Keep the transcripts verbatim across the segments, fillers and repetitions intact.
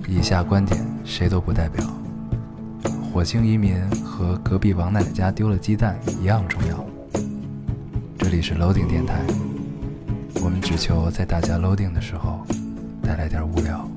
以下观点谁都不代表。火星移民和隔壁王奶奶家丢了鸡蛋一样重要。这里是 Loading 电台，我们只求在大家 Loading 的时候带来点无聊。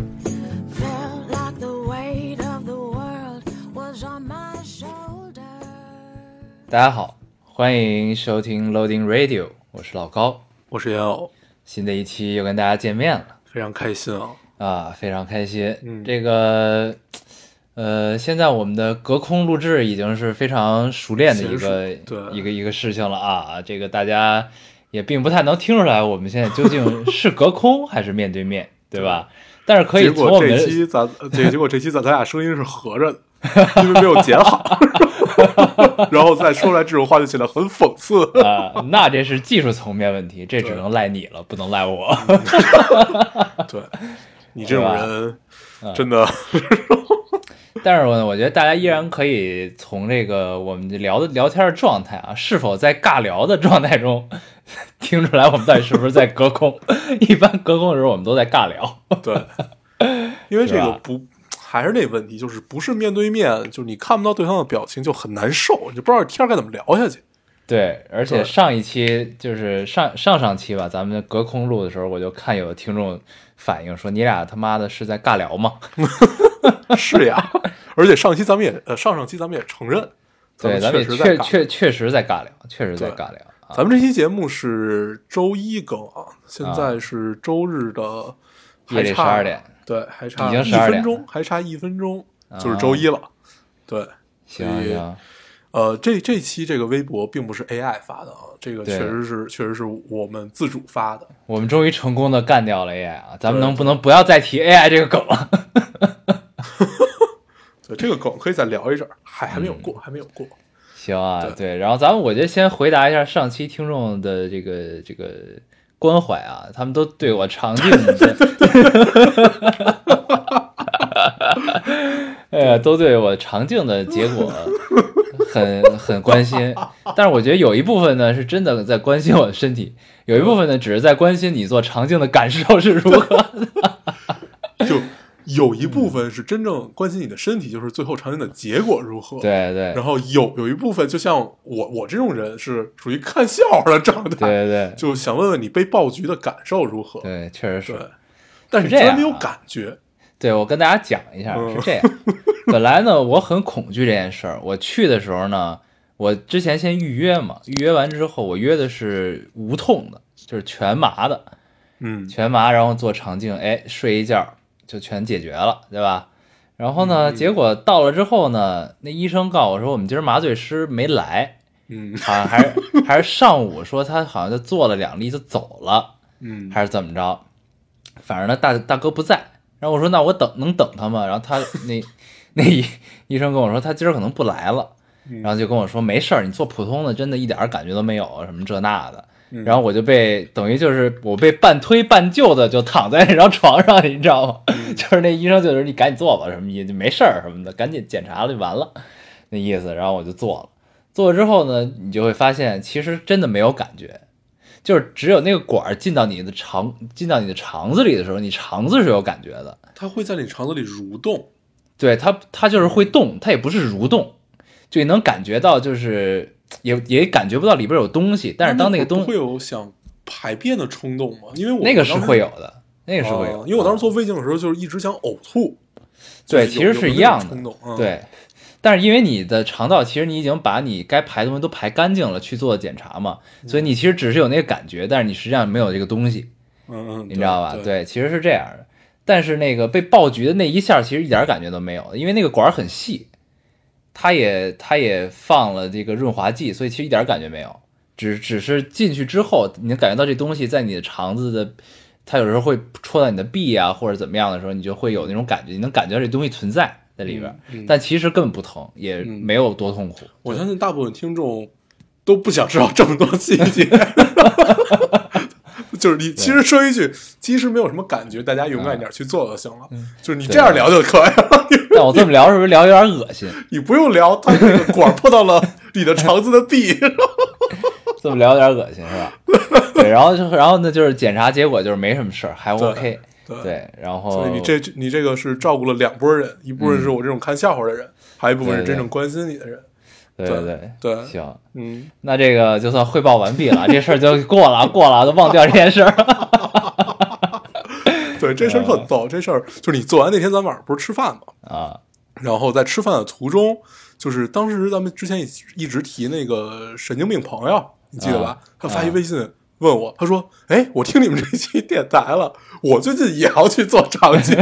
大家好，欢迎收听 Loading Radio， 我是老高， 我是瑶， 新的一期又跟大家见面了， 非常开心啊！ 啊，非常开心。 嗯， 这个，呃，现在我们的隔空录制已经是非常熟练的一个一个一个事情了啊。这个大家也并不太能听出来，我们现在究竟是隔空还是面对面，对吧？但是可以从我们这期咱这结果这期咱咱俩声音是合着的，因为没有剪好。然后再说出来这种话就显得很讽刺啊、呃！那这是技术层面问题，这只能赖你了，不能赖我。 对，你这种人真的。 但是我我觉得大家依然可以从这个我们聊的聊天的状态啊，是否在尬聊的状态中听出来我们到底是不是在隔空。一般隔空的时候我们都在尬聊。 对，因为这个不。还是那问题，就是不是面对面，就是你看不到对方的表情就很难受，你就不知道天该怎么聊下去。 对，而且上一期就是上上上期吧，咱们隔空录的时候，我就看有听众反映说，你俩他妈的是在尬聊吗？ 是呀，而且上期咱们也呃上上期咱们也承认， 对，咱们也确确确实在尬聊，确实在尬聊。啊、 咱们这期节目是周一更啊，现在是周日的夜里十二点。 对，还差一分钟，还差一分钟，就是周一了。啊、对， 行行。 呃，这这期这个微博并不是 A I 发的啊，这个确实是确实是我们自主发的。 我们终于成功的干掉了 A I 啊！咱们能不能不要再提 A I 这个梗了？ 对，这个梗可以再聊一阵儿，还还没有过，嗯、还没有过。 行啊，对，对，然后咱们我觉得先回答一下上期听众的这个这个。关怀啊，他们都对我长镜的，哎呀，都对我长镜的结果很很关心。但是我觉得有一部分呢是真的在关心我的身体，有一部分呢只是在关心你做长镜的感受是如何的。 就有一部分是真正关心你的身体，就是最后长镜的结果如何。 对对。 然后有有一部分，就像我我这种人是属于看笑话的状态。 对对。 就想问问你被爆菊的感受如何？ 对，确实是。 对。但是你居然没有感觉。 对，我跟大家讲一下，嗯、是这样。本来呢，我很恐惧这件事儿。我去的时候呢，我之前先预约嘛，预约完之后，我约的是无痛的，就是全麻的。 嗯。 全麻，然后做长镜，哎，睡一觉。就全解决了，对吧？然后呢， 嗯、 结果到了之后呢，那医生告诉我说，我们今儿麻醉师没来， 嗯， 好像还是还是上午说他好像就做了两例就走了， 嗯， 还是怎么着？反正呢，大大哥不在。然后我说，那我等能等他吗？然后他那那医医生跟我说，他今儿可能不来了，然后就跟我说，没事儿，你做普通的，真的一点感觉都没有，什么这那的。然后我就被等于就是我被半推半就的就躺在那张床上，你知道吗？ 嗯、 就是那医生就是你赶紧做吧，什么意思？没事儿什么的，赶紧检查了就完了，那意思。然后我就做了，做了之后呢，你就会发现其实真的没有感觉，就是只有那个管进到你的肠进到你的肠子里的时候，你肠子是有感觉的， 它会在你肠子里蠕动。 对，它它就是会动，它也不是蠕动，就你能感觉到就是。也也感觉不到里边有东西，但是当那个东西会有想排便的冲动吗？因为我那个是会有的，那个是会有、 呃。因为我当时做胃镜的时候，就是一直想呕吐。 对， 就是、 其实是一样的。 嗯、 对，但是因为你的肠道其实你已经把你该排的东西都排干净了，去做检查嘛， 嗯、 所以你其实只是有那个感觉，但是你实际上没有这个东西。 嗯嗯， 你知道吧？ 对， 对，其实是这样的。但是那个被爆菊的那一下，其实一点感觉都没有，因为那个管很细。它也它也放了这个润滑剂，所以其实一点感觉没有，只只是进去之后，你能感觉到这东西在你的肠子的，它有时候会戳到你的壁啊或者怎么样的时候，你就会有那种感觉，你能感觉到这东西存在在里边， 嗯嗯、 但其实根本不疼，也没有多痛苦。 嗯、我相信大部分听众都不想知道这么多细节。就是你其实说一句，其实没有什么感觉，大家勇敢点去做就行了。 嗯、 就是你这样聊就可以了。 但我这么聊是不是聊有点恶心？ 你不用聊，它那个管碰到了你的肠子的壁。 这么聊有点恶心是吧？对，然后然后呢，就是检查结果就是没什么事儿，还 OK。 对对，然后所以你这你这个是照顾了两拨人，一部分是我这种看笑话的人，嗯、还有一部分是真正关心你的人。 对对对对， 行， 嗯， 那这个就算汇报完毕了，这事儿就过了，过了，都忘掉这件事儿。 对，这事儿特逗，这事儿就是你做完那天，咱晚上不是吃饭吗？ 啊， 然后在吃饭的途中，就是当时咱们之前一直提那个神经病朋友，你记得吧？啊、他发一微信问我，他说：“哎，我听你们这期电台了，我最近也要去做肠镜。”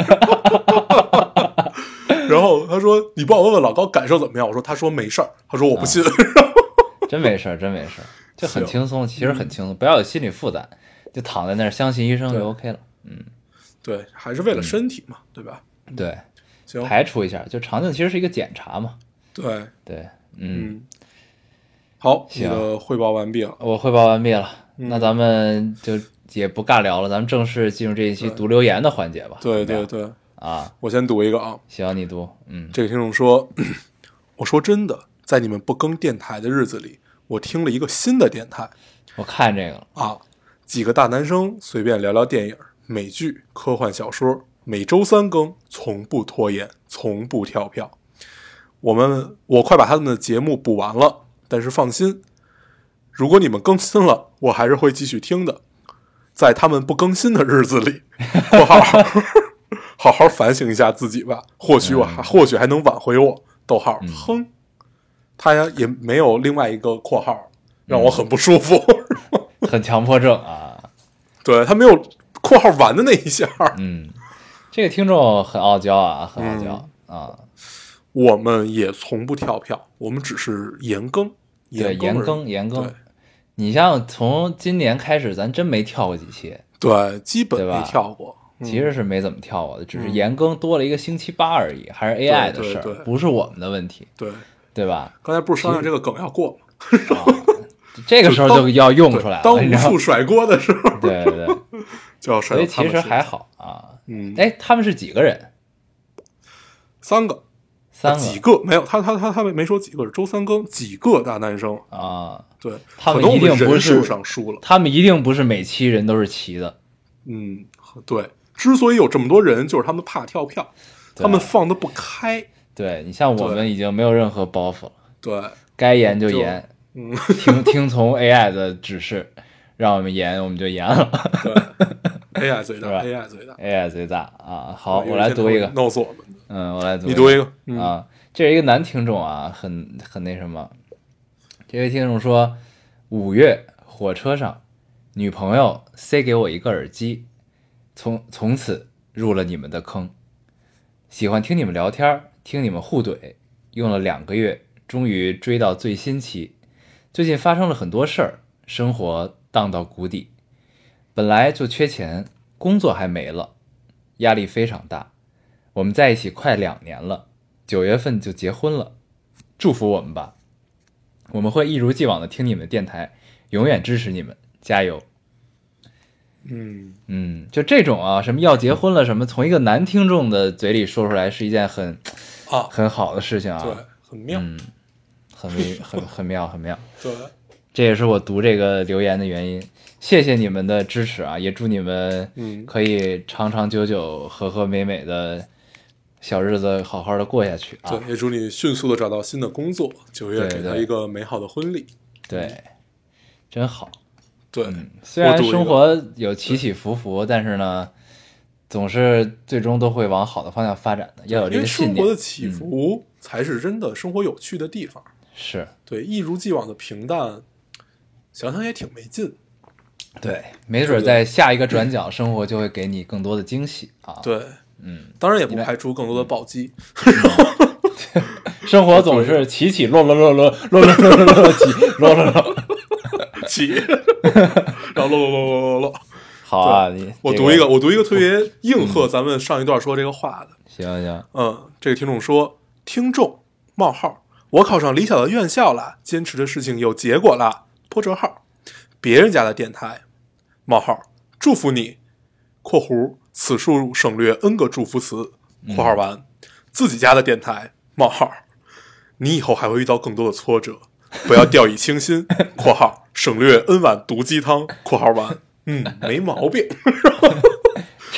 然后他说：“你帮我问问老高感受怎么样？”我说：“他说没事儿。”他说：“我不信。啊” 真没事儿，真没事儿，就很轻松，其实很轻松，不要有心理负担，就躺在那儿相信医生就 OK 了。嗯， 对，还是为了身体嘛，嗯、对吧？ 对， 行， 排除一下，就肠镜其实是一个检查嘛。 对对， 嗯，嗯好， 行， 你的汇报完毕了， 我汇报完毕了， 嗯、 那咱们就也不尬聊了，咱们正式进入这一期读留言的环节吧。 对对对。 啊， 我先读一个啊， 行，你读。嗯， 这个听众说，我说真的，在你们不更电台的日子里，我听了一个新的电台。 我看这个了啊，几个大男生随便聊聊电影、美剧、科幻小说，每周三更，从不拖延，从不跳票。我们我快把他们的节目补完了，但是放心，如果你们更新了，我还是会继续听的。在他们不更新的日子里，括号好好反省一下自己吧，或许我还、嗯、或许还能挽回我。逗号，哼，他也没有另外一个括号，让我很不舒服， 嗯、很强迫症啊。 对，他没有括号完的那一下。 嗯，这个听众很傲娇啊，很傲娇、嗯、啊。 我们也从不跳票，我们只是延更， 对，延更延更。 对， 你像从今年开始，咱真没跳过几期， 对，基本没跳过。 其实是没怎么跳过的，嗯、只是延更多了一个星期八而已，还是 A I 的事儿，不是我们的问题， 对对吧？ 刚才不是商量这个梗要过吗？ 啊、这个时候就要用出来了， 当无数甩锅的时候， 对对对， 就要甩。 所以其实还好啊。 嗯， 哎，他们是几个人？ 三个， 三个， 几个没有？他他他他没说几个，是周三更，几个大男生啊？ 对， 他们一定不是上输了， 他们一定不是每期人都是齐的。 嗯，对。之所以有这么多人，就是他们怕跳票，他们放得不开。 对，你像我们已经没有任何包袱了， 对， 该严就严， 嗯， 听听从 A I 的指示，让我们严我们就严了。 对 ，A I 最大 ，A I 最大 ，A I 最大啊！好，我来读一个， 弄死我们。 嗯，我来读， 你读一个、 嗯、啊。这是一个男听众啊，很很那什么。这位听众说，五月火车上，女朋友塞给我一个耳机。从从此入了你们的坑，喜欢听你们聊天，听你们互怼，用了两个月，终于追到最新期。最近发生了很多事儿，生活荡到谷底，本来就缺钱，工作还没了，压力非常大。我们在一起快两年了，九月份就结婚了，祝福我们吧。我们会一如既往的听你们的电台，永远支持你们，加油。 嗯嗯，就这种啊，什么要结婚了什么，从一个男听众的嘴里说出来，是一件很啊很好的事情啊， 对，很妙， 嗯，很很很妙，很妙。 对， 这也是我读这个留言的原因。谢谢你们的支持啊，也祝你们可以长长久久、和和美美的小日子好好的过下去啊。 对，也祝你迅速的找到新的工作，九月给他一个美好的婚礼。 对，对对真好。 对、 嗯，虽然生活有起起伏伏，但是呢，总是最终都会往好的方向发展的，要有这个信念。 因为生活的起伏才是真的生活有趣的地方。 嗯、是对，一如既往的平淡，想想也挺没劲。 对，没准在下一个转角，生活就会给你更多的惊喜啊。 对， 嗯， 当然也不排除更多的暴击。 嗯、生活总是起起落落落落落落落落落起落落落。 起，然后落落落落落落。 好啊，你我读一个，我读一个特别应和咱们上一段说这个话的。 行行， 嗯，这个听众说，听众冒号，我考上理想的院校了，坚持的事情有结果了。破折号，别人家的电台，冒号，祝福你。括弧此处省略 n 个祝福词。括号完，自己家的电台，冒号，你以后还会遇到更多的挫折。不要掉以轻心（括号省略 n 碗毒鸡汤）（括号完）。嗯，没毛病。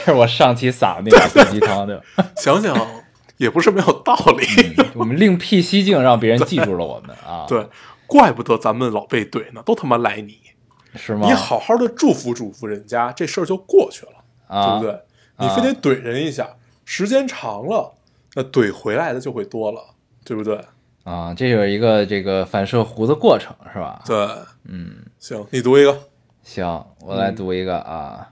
是我上期撒的那个毒鸡汤对吧？ 想想也不是没有道理。 嗯、我们另辟蹊径，让别人记住了我们啊。 对，怪不得咱们老被怼呢，都他妈赖你。 是吗？ 你好好的祝福祝福人家，这事儿就过去了， 啊、 对不对？你非得怼人一下，啊、时间长了，那怼回来的就会多了，对不对？ 啊，这有一个这个反射弧的过程，是吧？ 对， 嗯， 行，你读一个。 行，我来读一个啊，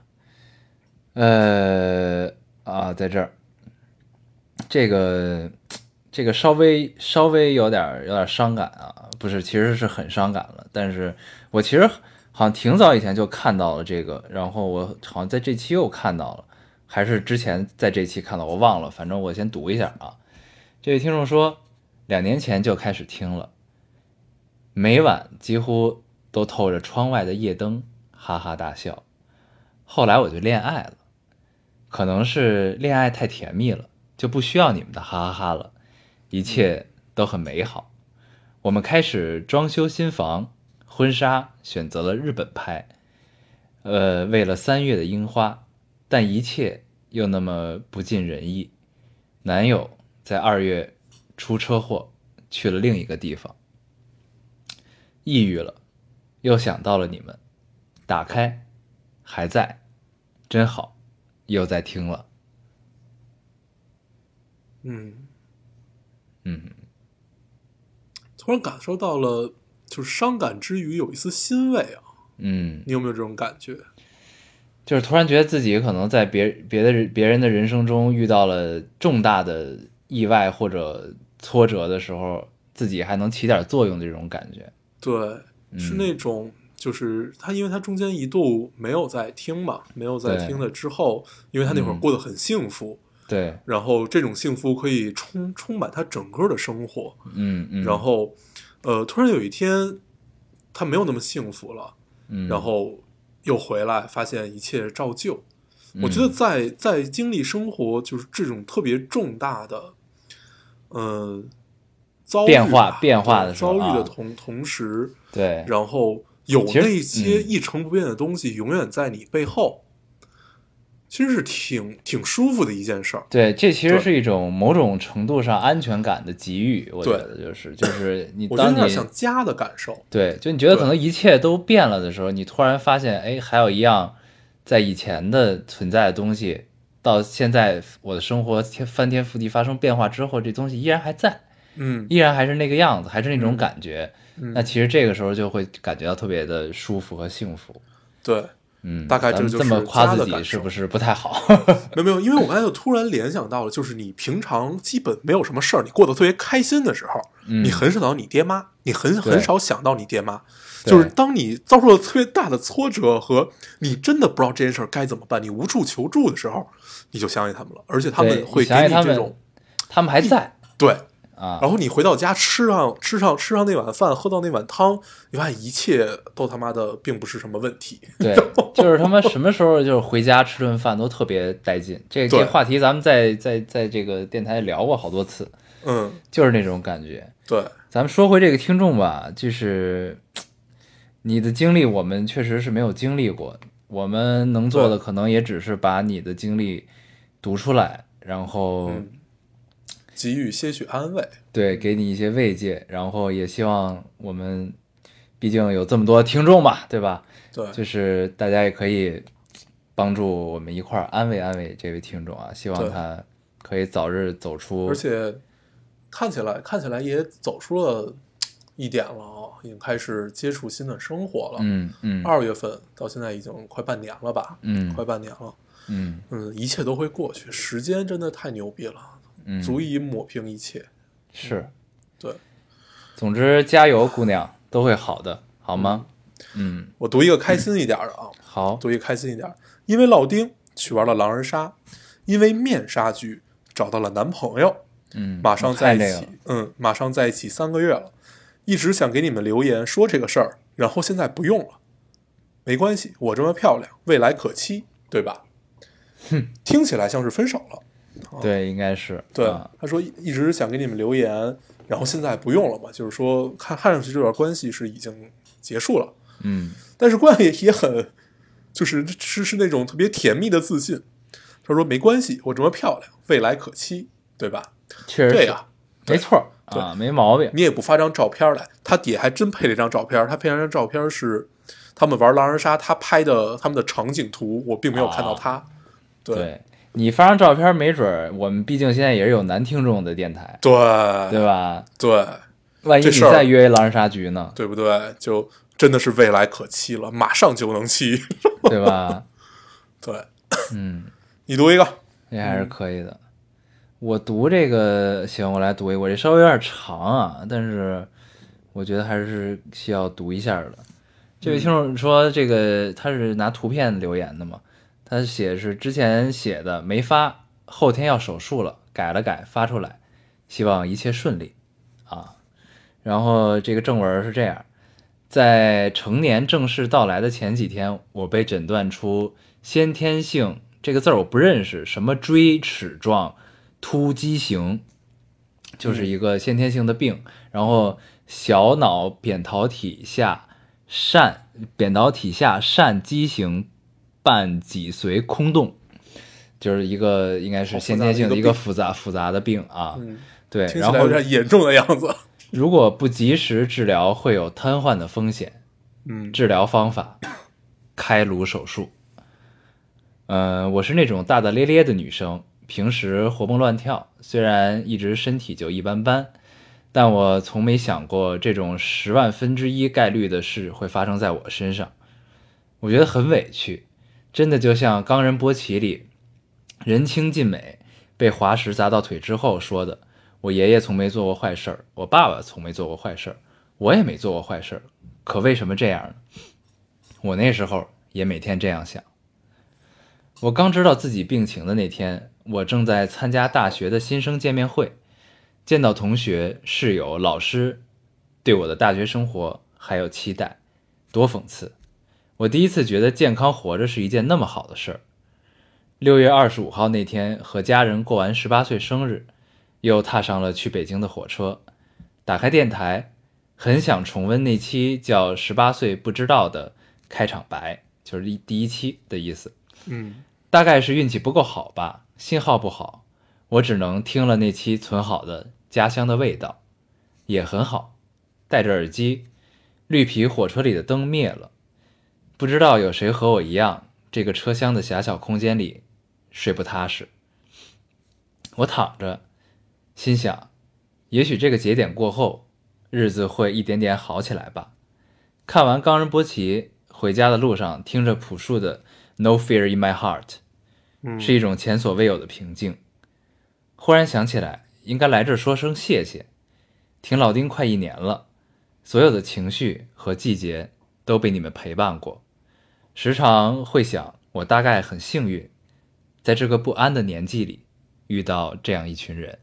嗯、呃啊，在这儿，这个这个稍微稍微有点有点伤感啊，不是，其实是很伤感了，但是我其实好像挺早以前就看到了这个，然后我好像在这期又看到了，还是之前在这期看到，我忘了，反正我先读一下啊。这位听众说，两年前就开始听了，每晚几乎都透着窗外的夜灯，哈哈大笑。后来我就恋爱了，可能是恋爱太甜蜜了，就不需要你们的哈哈哈了，一切都很美好。我们开始装修新房，婚纱选择了日本拍，呃，为了三月的樱花，但一切又那么不尽人意。男友在二月出车祸，去了另一个地方，抑郁了，又想到了你们，打开，还在，真好，又在听了。 嗯嗯， 突然感受到了，就是伤感之余有一丝欣慰啊。 嗯， 你有没有这种感觉？ 就是突然觉得自己可能在别别的别人的人生中遇到了重大的意外或者挫折的时候，自己还能起点作用的这种感觉。 对，是那种，就是他，因为他中间一度没有在听嘛，没有在听了之后，因为他那会儿过得很幸福， 对， 然后这种幸福可以充充满他整个的生活， 嗯嗯， 然后，呃，突然有一天，他没有那么幸福了， 嗯， 然后又回来，发现一切照旧。我觉得在在经历生活就是这种特别重大的，呃，遭遇变化变化的时候， 遭遇的同、啊、同时， 对， 然后有那些一成不变的东西永远在你背后，嗯、其实是挺挺舒服的一件事儿。 对，这其实是一种某种程度上安全感的给予，我觉得就是就是你当你我觉得有点像家的感受。 对，就你觉得可能一切都变了的时候，你突然发现，哎，还有一样在以前的存在的东西，到现在我的生活翻天覆地发生变化之后，这东西依然还在， 嗯， 依然还是那个样子，还是那种感觉。 嗯、 那其实这个时候就会感觉到特别的舒服和幸福。 对， 嗯， 大概这就是这么夸自己是不是不太好？ 没有没有，因为我刚才就突然联想到了，就是你平常基本没有什么事儿，你过得特别开心的时候， 嗯、 你很少想到你爹妈，你很很少想到你爹妈。就是当你遭受了特别大的挫折和你真的不知道这件事儿该怎么办，你无处求助的时候，你就想起他们了，而且他们会给你这种， 他们还在， 对啊， 然后你回到家吃上吃上吃上那碗饭，喝到那碗汤，你发现一切都他妈的并不是什么问题。 对，就是他妈什么时候就是回家吃顿饭都特别带劲。这这话题咱们在在在这个电台聊过好多次， 嗯， 就是那种感觉。 对， 咱们说回这个听众吧，就是你的经历我们确实是没有经历过，我们能做的可能也只是把你的经历读出来，然后、 嗯、给予些许安慰， 对，给你一些慰藉，然后也希望我们毕竟有这么多听众嘛，对吧？ 对， 就是大家也可以帮助我们一块儿安慰安慰这位听众啊，希望他可以早日走出， 而且看起来看起来也走出了一点了啊，已经开始接触新的生活了。 嗯嗯， 二月份到现在已经快半年了吧？ 嗯， 快半年了。 嗯嗯，一切都会过去，时间真的太牛逼了， 嗯， 足以抹平一切。 是， 嗯、对。 总之，加油，姑娘，都会好的，好吗？嗯，嗯我读一个开心一点的啊。 嗯、好， 读一个开心一点，因为老丁去玩了狼人杀，因为面纱局找到了男朋友。 嗯， 马上在一起， 这个、 嗯，马上在一起三个月了，一直想给你们留言说这个事儿，然后现在不用了，没关系，我这么漂亮，未来可期，对吧？ 哼， 听起来像是分手了。 对，应该是。 对， 啊、 他说一直想给你们留言，然后现在不用了嘛，就是说看看上去这段关系是已经结束了。 嗯， 但是关系也很，就是是是那种特别甜蜜的自信。 他说没关系，我这么漂亮，未来可期，对吧？ 确实是对呀、 没错啊，没毛病。 你也不发张照片来，他底下还真配了一张照片，他配了张照片是他们玩狼人杀他拍的他们的场景图，我并没有看到他。 啊、 对, 对你发张照片，没准我们毕竟现在也是有男听众的电台， 对对吧？ 对， 万一你再约狼人杀局呢？ 对不对？就真的是未来可期了，马上就能期， 对吧？ 对， 嗯， 你读一个， 这还是可以的。嗯、我读这个行，我来读一个，我这稍微有点长啊，但是我觉得还是需要读一下的。这位听众说，这个他是拿图片留言的嘛？他写是之前写的没发，后天要手术了，改了改发出来，希望一切顺利啊。然后这个正文是这样，在成年正式到来的前几天，我被诊断出先天性，这个字儿我不认识，什么锥齿状突畸形，就是一个先天性的病。嗯、然后小脑扁桃体下疝扁桃体下疝畸形半脊髓空洞，就是一个应该是先天性的一个复杂复杂的病啊。 嗯、 对， 听起来有点严重的样子。 如果不及时治疗，会有瘫痪的风险。 嗯， 治疗方法：开颅手术。呃，我是那种大大咧咧的女生，平时活蹦乱跳，虽然一直身体就一般般，但我从没想过这种十万分之一概率的事会发生在我身上。我觉得很委屈，真的就像《冈仁波齐》里人轻尽美被滑石砸到腿之后说的，我爷爷从没做过坏事儿，我爸爸从没做过坏事儿，我也没做过坏事儿，可为什么这样呢？我那时候也每天这样想。我刚知道自己病情的那天，我正在参加大学的新生见面会，见到同学、室友、老师对我的大学生活还有期待，多讽刺。我第一次觉得健康活着是一件那么好的事儿。六月二十五号那天，和家人过完十八岁生日，又踏上了去北京的火车。打开电台，很想重温那期叫《十八岁不知道》的开场白，就是第一期的意思。 嗯， 大概是运气不够好吧，信号不好，我只能听了那期存好的《家乡的味道》，也很好。戴着耳机，绿皮火车里的灯灭了，不知道有谁和我一样，这个车厢的狭小空间里睡不踏实。我躺着，心想，也许这个节点过后，日子会一点点好起来吧。看完冈仁波齐，回家的路上听着朴树的 No Fear in My Heart， 是一种前所未有的平静。忽然想起来，应该来这儿说声谢谢。听老丁快一年了，所有的情绪和季节都被你们陪伴过。时常会想，我大概很幸运，在这个不安的年纪里遇到这样一群人。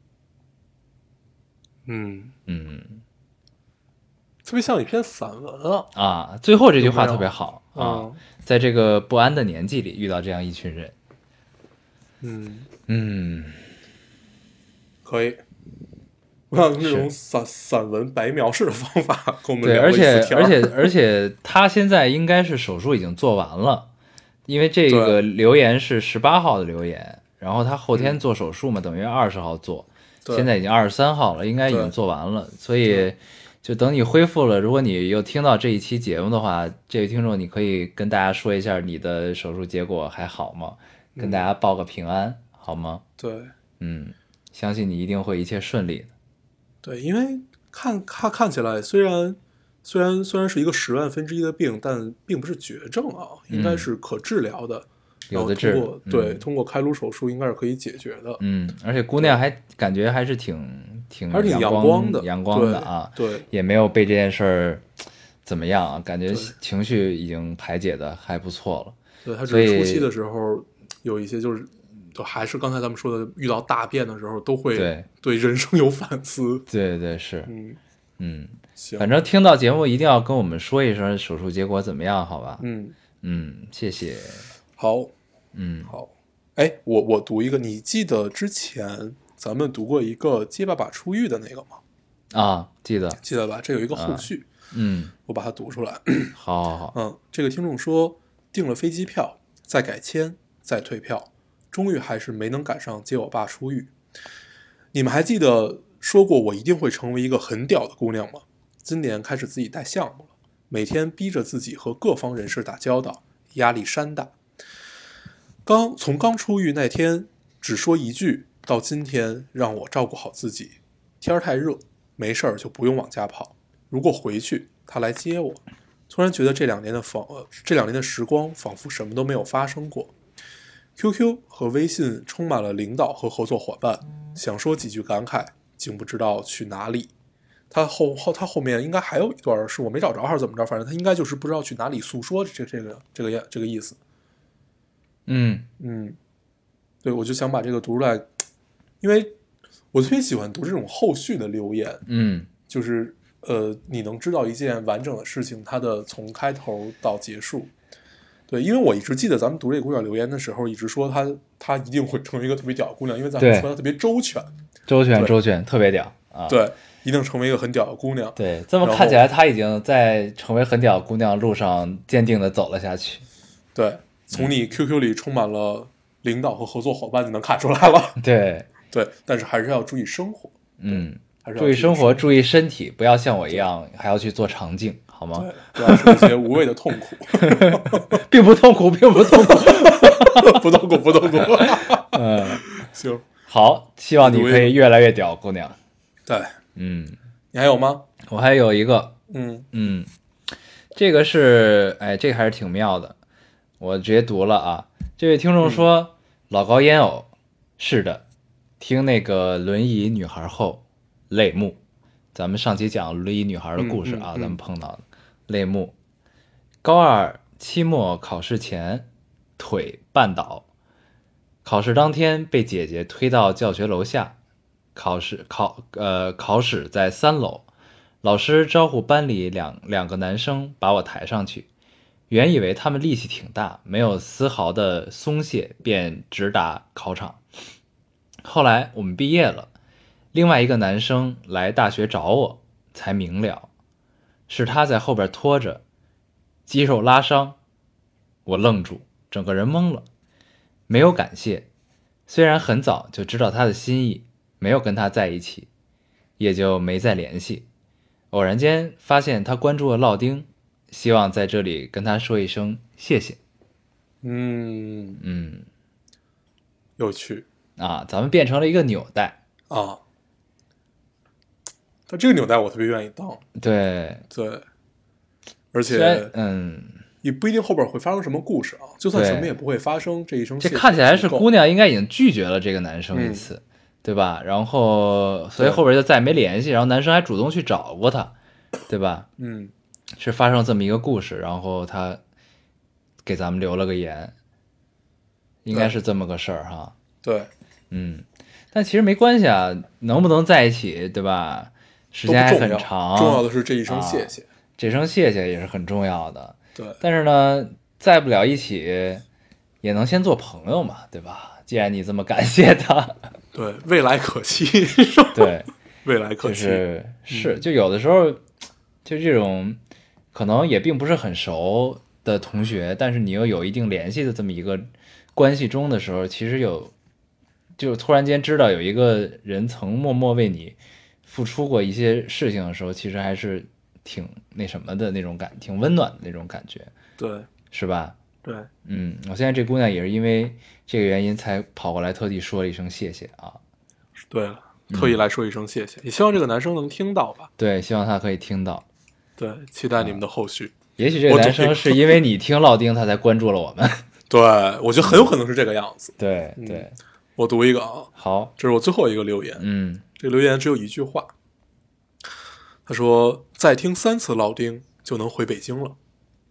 嗯嗯， 特别像一篇散文啊！ 啊，最后这句话特别好啊、 嗯， 在这个不安的年纪里遇到这样一群人。 嗯嗯， 可以。我想用这种散散文白描式的方法跟我们对， 聊而且一次天而且而且他现在应该是手术已经做完了，因为这个留言是十八号的留言，然后他后天做手术嘛，嗯、等于二十号做，现在已经二十三号了，应该已经做完了，所以就等你恢复了，如果你又听到这一期节目的话，这位听众你可以跟大家说一下你的手术结果还好吗？跟大家报个平安、嗯、好吗？ 对， 嗯，相信你一定会一切顺利的。 对，因为看看看起来，虽然虽然虽然是一个十万分之一的病，但并不是绝症啊，应该是可治疗的。嗯、 有的治， 通过对、 嗯， 通过开颅手术应该是可以解决的。 嗯，而且姑娘还感觉还是挺挺还是挺阳光的， 阳光的啊， 对，对也没有被这件事儿怎么样啊，感觉情绪已经排解的还不错了。 对，他只是初期的时候有一些就是。就还是刚才咱们说的，遇到大变的时候都会对对人生有反思。 对对是， 嗯嗯， 行， 反正听到节目一定要跟我们说一声手术结果怎么样，好吧？ 嗯嗯，谢谢。 好， 嗯好，哎，我我读一个，你记得之前咱们读过一个接爸爸出狱的那个吗？ 啊，记得记得吧？这有一个后续， 啊、嗯， 我把它读出来。 好好好， 嗯，这个听众说订了飞机票，再改签，再退票。 终于还是没能赶上接我爸出狱。你们还记得说过我一定会成为一个很屌的姑娘吗？今年开始自己带项目了，每天逼着自己和各方人士打交道，压力山大。刚从刚出狱那天只说一句，到今天让我照顾好自己，天太热，没事儿就不用往家跑，如果回去他来接我。突然觉得这两年的仿呃这两年的时光仿佛什么都没有发生过。Q Q 和微信充满了领导和合作伙伴，想说几句感慨，竟不知道去哪里。他后后他后面应该还有一段是我没找着还是怎么着，反正他应该就是不知道去哪里诉说这这个这个这个意思。 嗯嗯，对，我就想把这个读出来，因为我特别喜欢读这种后续的留言。 嗯， 就是呃，你能知道一件完整的事情，它的从开头到结束。对，因为我一直记得咱们读这个姑娘留言的时候，一直说她她一定会成为一个特别屌的姑娘，因为咱们说她特别周全， 周全周全，特别屌啊！ 对，一定成为一个很屌的姑娘。 对，这么看起来，她已经在成为很屌的姑娘路上坚定的走了下去。 对，从你 Q Q 里充满了领导和合作伙伴就能看出来了。 对对，但是还是要注意生活。 嗯， 还是注意生活，注意身体，不要像我一样还要去做肠镜，好吗？ 对，不要受一些无谓的痛苦。 并不痛苦，并不痛苦， 不痛苦，不痛苦。 嗯， 行， 好，希望你可以越来越屌，姑娘。 对， 嗯， 你还有吗？ 我还有一个， 嗯嗯，这个是，哎，这个还是挺妙的，我直接读了啊。这位听众说，嗯、老高烟偶，是的，听那个轮椅女孩后泪目。咱们上期讲轮椅女孩的故事啊， 嗯嗯嗯、 咱们碰到的泪目。高二期末考试前，腿绊倒，考试当天被姐姐推到教学楼下，考试考呃考室在三楼，老师招呼班里两两个男生把我抬上去，原以为他们力气挺大，没有丝毫的松懈，便直达考场。后来我们毕业了，另外一个男生来大学找我，才明了，是他在后边拖着，肌肉拉伤。我愣住，整个人懵了，没有感谢，虽然很早就知道他的心意，没有跟他在一起，也就没再联系。偶然间发现他关注了烙丁，希望在这里跟他说一声谢谢。 嗯嗯， 有趣啊，咱们变成了一个纽带啊。但这个纽带我特别愿意当。 对对，而且嗯， 也不一定后边会发生什么故事啊，就算什么也不会发生，这一声谢谢这看起来是姑娘应该已经拒绝了这个男生一次。 嗯对吧？然后，所以后边就再也没联系。然后男生还主动去找过他，对吧？ 嗯， 是发生这么一个故事，然后他给咱们留了个言，应该是这么个事儿哈。 对， 嗯，但其实没关系啊，能不能在一起，对吧？时间还很长， 重要的是这一声谢谢， 啊、这声谢谢也是很重要的。 对， 但是呢，在不了一起，也能先做朋友嘛，对吧？既然你这么感谢他。 对，未来可期。 对， 未来可期。 就是是，就有的时候，就这种可能也并不是很熟的同学，但是你又有一定联系的这么一个关系中的时候，其实有，就突然间知道有一个人曾默默为你付出过一些事情的时候，其实还是挺那什么的那种感，挺温暖的那种感觉。 对， 是吧？ 对， 嗯，我现在这姑娘也是因为这个原因才跑过来特地说了一声谢谢啊。 对了，特意来说一声谢谢，嗯、也希望这个男生能听到吧。 对，希望他可以听到。 对，期待你们的后续。 啊、也许这个男生是因为你听烙丁，他才关注了我们。 对，我觉得很有可能是这个样子。 对对、 嗯，我读一个啊。 好， 这是我最后一个留言。 嗯， 这个留言只有一句话，他说：“再听三次烙丁就能回北京了。”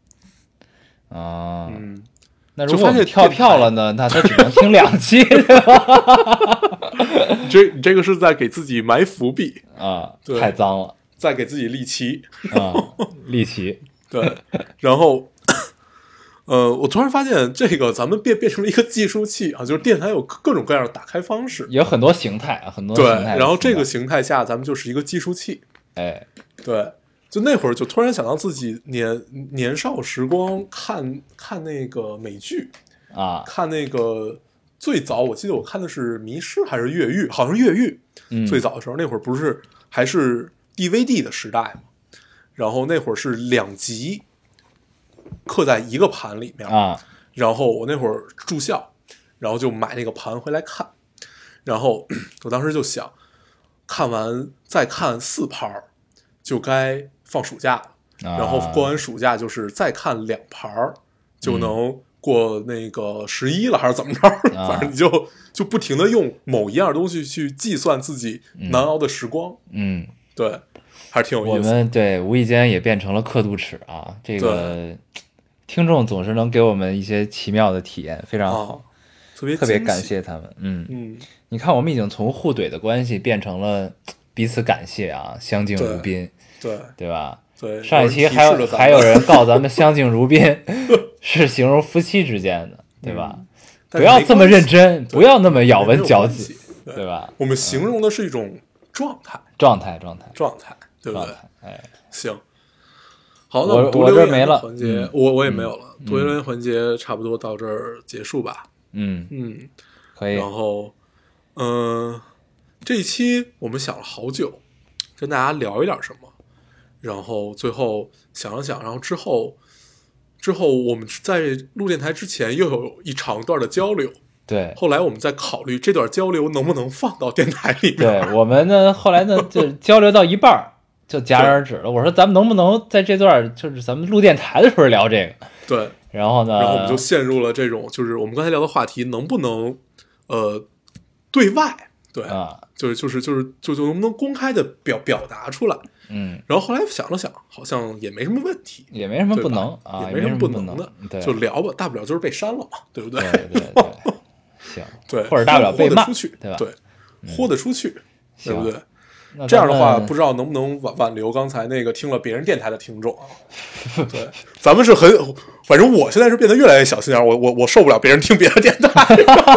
啊， 嗯， 那如果跳票了呢？那他只能听两期，对吧？ 这你这个是在给自己埋伏笔啊，太脏了， 在给自己立旗啊，立旗。 对，然后，呃，我突然发现这个咱们变变成了一个计数器啊，就是电台有各种各样的打开方式， 有很多形态啊，很多对， 形态。 然后这个形态下，咱们就是一个计数器。 哎， 对。就那会儿就突然想到自己年年少时光看看那个美剧啊， 看那个最早我记得我看的是《迷失》还是《越狱》，好像是《越狱》。 嗯， 最早的时候那会儿不是还是 D V D 的时代嘛，然后那会儿是两集刻在一个盘里面啊， 然后我那会儿住校，然后就买那个盘回来看，然后我当时就想，看完再看四盘就该放暑假了， 啊然后过完暑假就是再看两盘就能过那个十一了，还是怎么着？ 啊、 反正你就就不停的用某一样东西去计算自己难熬的时光。 嗯， 对，还是挺有意思的。 我们对无意间也变成了刻度尺啊，这个听众总是能给我们一些奇妙的体验，非常好， 啊、特别特别感谢他们。嗯嗯， 你看，我们已经从互怼的关系变成了彼此感谢啊，相敬如宾， 对对吧？ 对， 上一期还有还有人告咱们相敬如宾是形容夫妻之间的，对吧？ 嗯、 不要这么认真，不要那么咬文嚼字，对, 对吧？ 我们形容的是一种状态， 嗯、状态，状态， 状态，对不对？ 哎， 行。好，那我们读留言的环节， 嗯、 我我也没有了。 嗯、 读留言环节差不多到这儿结束吧。 嗯嗯， 可以。 然后，嗯、呃，这一期我们想了好久，跟大家聊一点什么。然后最后想了想，然后之后之后我们在录电台之前又有一长段的交流。 对， 后来我们在考虑这段交流能不能放到电台里面。 对，我们呢后来呢就交流到一半就戛然而止了。我说咱们能不能在这段就是咱们录电台的时候聊这个？ 对， 然后呢， 然后我们就陷入了这种，就是我们刚才聊的话题能不能呃对外，对啊， 就是就是就是就就能不能公开的表表达出来？ 嗯， 然后后来想了想，好像也没什么问题， 也没什么不能啊， 也没什么不能的， 对， 就聊吧，大不了就是被删了嘛，对不对？ 对对对，行， 对， 或者大不了被骂， 出去， 对吧？ 对，豁得出去，对不对？ 这样的话，不知道能不能挽挽留刚才那个听了别人电台的听众啊？对，咱们是很，反正我现在是变得越来越小心眼，我我我受不了别人听别的电台。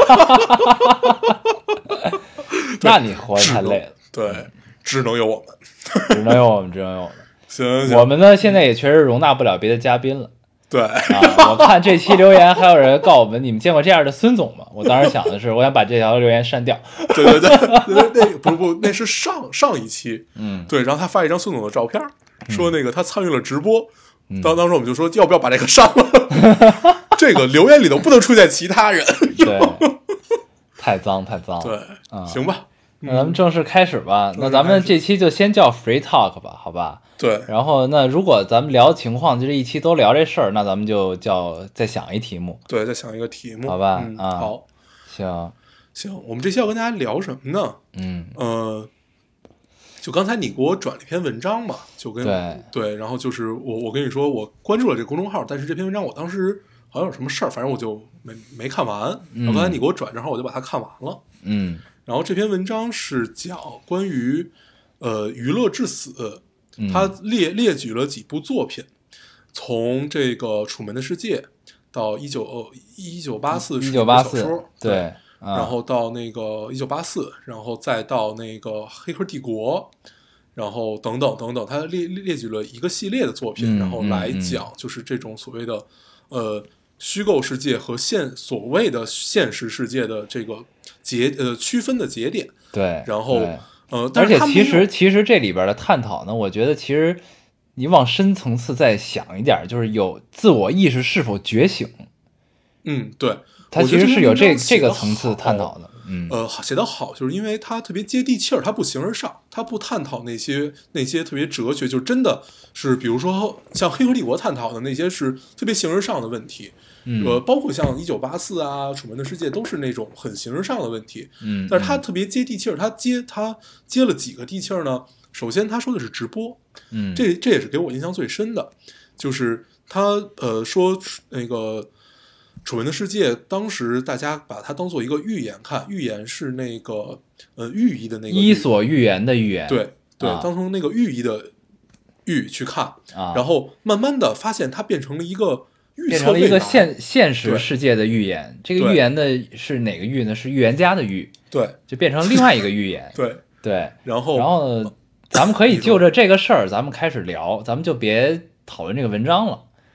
那你活得太累了。 对，只能有我们， 只能有我们，只能有我们。 行行， 我们呢现在也确实容纳不了别的嘉宾了。 对啊，我看这期留言还有人告我们，你们见过这样的孙总吗？我当时想的是，我想把这条留言删掉。 对对对，那不不，那是上上一期， 嗯， 对，然后他发一张孙总的照片，说那个他参与了直播， 嗯、 当当时我们就说要不要把这个删了？这个留言里头不能出现其他人， 对，太脏太脏了。 对， 啊、 行吧。 那咱们正式开始吧。那咱们这期就先叫 Free Talk 吧，好吧？ 对。 然后那如果咱们聊情况，就这一期都聊这事儿，那咱们就叫再想一题目。 对，再想一个题目， 好吧？ 嗯、 啊， 好， 行行。我们这期要跟大家聊什么呢？ 嗯呃，就刚才你给我转了一篇文章嘛，就跟对对，然后就是我我跟你说，我关注了这个公众号，但是这篇文章我当时好像有什么事儿，反正我就没没看完。然后刚才你给我转，正好我就把它看完了。 嗯。 然后这篇文章是讲关于呃娱乐至死，他列列举了几部作品，从这个《楚门的世界》到一九一九八四一九八四小说， 对， 啊、然后到那个一九八四，然后再到那个《黑客帝国》，然后等等等等，他列列举了一个系列的作品， 嗯、 然后来讲就是这种所谓的、嗯、呃虚构世界和现所谓的现实世界的这个节呃区分的节点。 对， 然后呃， 而且其实其实这里边的探讨呢，我觉得其实你往深层次再想一点，就是有自我意识是否觉醒。 嗯，对， 它其实是有这这个层次探讨的。嗯， 呃，写得好，就是因为它特别接地气儿，它不形而上，它不探讨那些那些特别哲学，就真的是比如说像《黑客帝国》探讨的那些是特别形而上的问题。 嗯， 呃，包括像一九八四啊，《楚门的世界》都是那种很形而上的问题。 嗯， 但是它特别接地气儿，它接它接了几个地气儿呢？首先，他说的是直播， 嗯， 这这也是给我印象最深的，就是他呃说那个《楚门的世界》，当时大家把它当做一个寓言看，寓言是那个呃寓意的那个伊索寓言的寓言， 对对， 啊、 当成那个寓意的寓去看， 啊， 然后慢慢的发现它变成了一个。 变成了一个现现实世界的预言，这个预言的是哪个预呢？是预言家的预， 对， 就变成另外一个预言， 对对。 然后， 然后咱们可以就着这个事儿，咱们开始聊，咱们就别讨论这个文章了，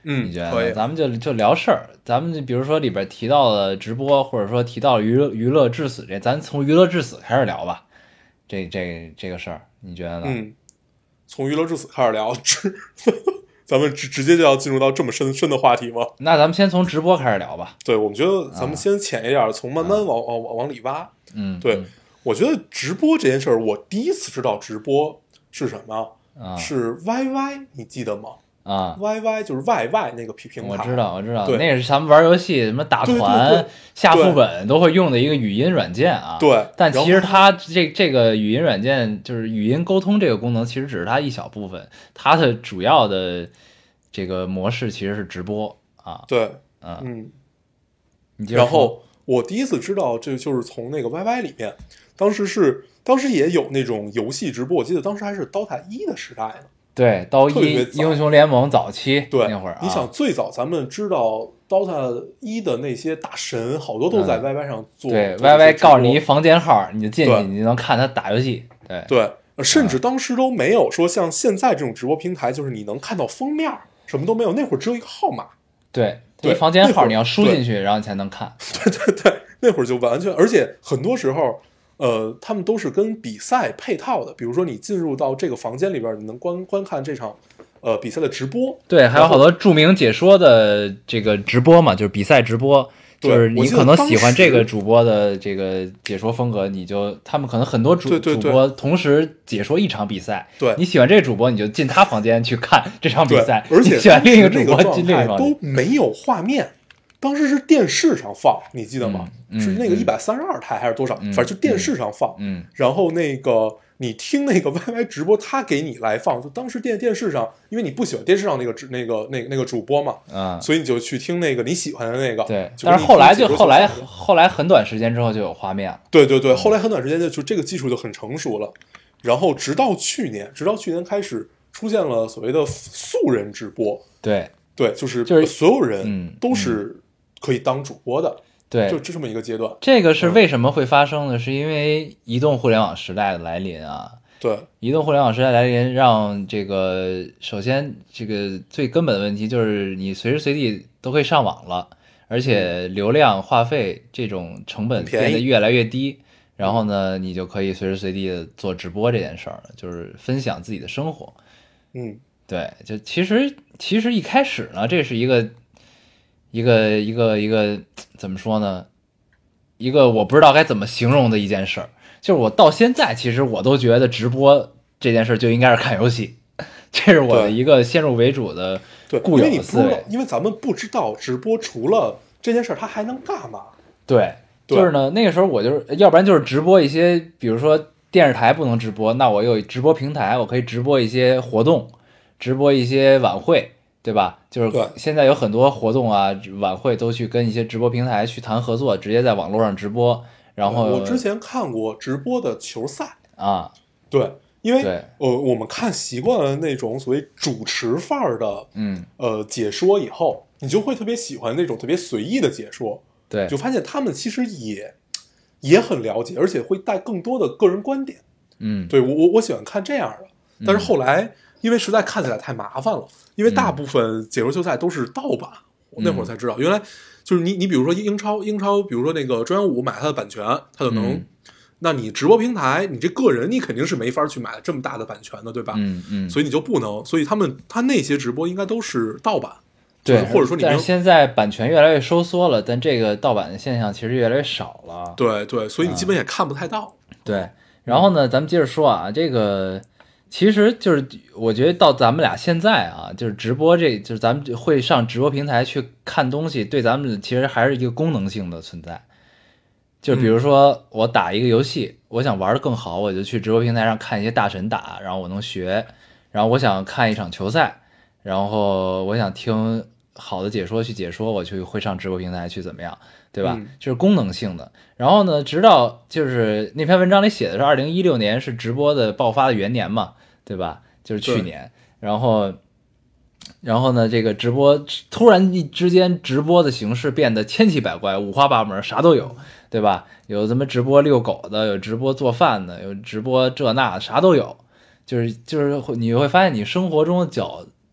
嗯， 你觉可以得？咱们就就聊事儿，咱们就比如说里边提到了直播，或者说提到了娱乐娱乐至死这，咱从娱乐至死开始聊吧。这这这个事儿，你觉得呢？ 嗯，从娱乐至死开始聊，直咱们直直接就要进入到这么深深的话题吗？ 那咱们先从直播开始聊吧。 对，我们觉得咱们先浅一点，从慢慢往往往往里挖。 嗯， 对， 嗯我觉得直播这件事儿，我第一次知道直播是什么， 啊是 Y Y， 你记得吗啊， ？Y Y 就是 Y Y 那个平平台， 我知道，我知道， 对那也是咱们玩游戏什么打对团、 对对下副本都会用的一个语音软件啊。 对但其实然后它这这个语音软件就是语音沟通这个功能，其实只是它一小部分，它的主要的这个模式其实是直播啊。 对， 嗯， 嗯， 你接着说然后我第一次知道，这就是从那个 Y Y 里面，当时是当时也有那种游戏直播，我记得当时还是 DOTA 一的时代呢。 对刀一特别特别早英雄联盟早期对， 那会儿啊， 你想最早咱们知道 DOTA 一的那些大神，好多都在 Y Y 上做。 嗯对做 Y Y 这些直播告诉你一房间号，你就进去， 对你就能看他打游戏。对对，呃甚至当时都没有说像现在这种直播平台，就是你能看到封面，什么都没有。那会儿只有一个号码。 对， 对一房间那会儿号你要输进去，然后你才能看。 对对对，那会儿就完全，而且很多时候，呃，他们都是跟比赛配套的。比如说，你进入到这个房间里边，你能观观看这场呃比赛的直播。 对，还有好多著名解说的这个直播嘛，就是比赛直播， 对就是你可能喜欢这个我记得当时主播的这个解说风格，你就他们可能很多主对对对主播同时解说一场比赛， 对你喜欢这个主播，你就进他房间去看这场比对， 赛， 而且你喜欢另一个主当时那个播进另一状态都个房间。 没有画面，当时是电视上放，你记得吗？ 嗯嗯是那个嗯一百三十二台还是多少？ 嗯反正就电视上放。 嗯然后那个你听那个 Y Y 直播，他给你来放，就当时电电视上，因为你不喜欢电视上那个直那个那个那个主播嘛， 嗯， 所以你就去听那个你喜欢的那个。 对， 就跟你但是后来就听解说后来球赛后来很短时间之后就有画面了。 对对对，后来很短时间就就这个技术就很成熟了，然后直到去年，直到去年开始出现了所谓的素人直播， 对对，就是就是所有人嗯都是可以当主播的， 对， 就就这么一个阶段。 这个是为什么会发生呢？是因为移动互联网时代的来临啊。 对移动互联网时代来临，让这个首先这个最根本的问题就是你随时随地都可以上网了，而且流量话费这种成本很便宜变得越来越低，然后呢，你就可以随时随地的做直播这件事儿了，就是分享自己的生活。 嗯， 对，就其实其实一开始呢，这是一个一个一个一个怎么说呢？一个我不知道该怎么形容的一件事儿。就是我到现在，其实我都觉得直播这件事就应该是看游戏，这是我的对一个先入为主的对， 固因为你有的思维。， 不知道因为咱们不知道直播除了这件事儿，它还能干嘛？ 对， 对就是呢，那个时候我就是，要不然就是直播一些，比如说电视台不能直播，那我有直播平台，我可以直播一些活动，直播一些晚会，对吧？就是对现在有很多活动啊、晚会都去跟一些直播平台去谈合作，直接在网络上直播。然后我之前看过直播的球赛， 啊， 对，因为对呃我们看习惯了那种所谓主持范儿的嗯， 呃解说以后，你就会特别喜欢那种特别随意的解说， 对， 就发现他们其实也也很了解，而且会带更多的个人观点。 嗯， 对我我我喜欢看这样的，但是后来因为实在看起来太麻烦了，因为大部分解说球赛都是盗版，我那会儿才知道，原来就是你你比如说英超英超，比如说那个中央五买它的版权，它就能， 嗯那你直播平台，你这个人你肯定是没法去买这么大的版权的，对吧？ 嗯嗯， 所以你就不能，所以他们他那些直播应该都是盗版， 对， 就是或者说你没有但是现在版权越来越收缩了，但这个盗版的现象其实越来越少了。 对对，所以你基本也看不太到。 对，然后呢，咱们接着说啊，这个其实就是我觉得到咱们俩现在啊，就是直播这，就是咱们会上直播平台去看东西，对咱们其实还是一个功能性的存在。就比如说我打一个游戏，我想玩的更好，我就去直播平台上看一些大神打，然后我能学。然后我想看一场球赛，然后我想听好的解说去解说，我就会上直播平台去怎么样，对吧？ 嗯这是功能性的。然后呢，直到就是那篇文章里写的是二零一六年是直播的爆发的元年嘛，对吧？就是去年。然后，然后呢，这个直播突然之间直播的形式变得千奇百怪、五花八门，啥都有，对吧？有什么直播遛狗的，有直播做饭的，有直播这那啥都有。就是就是你会发现，你生活中的角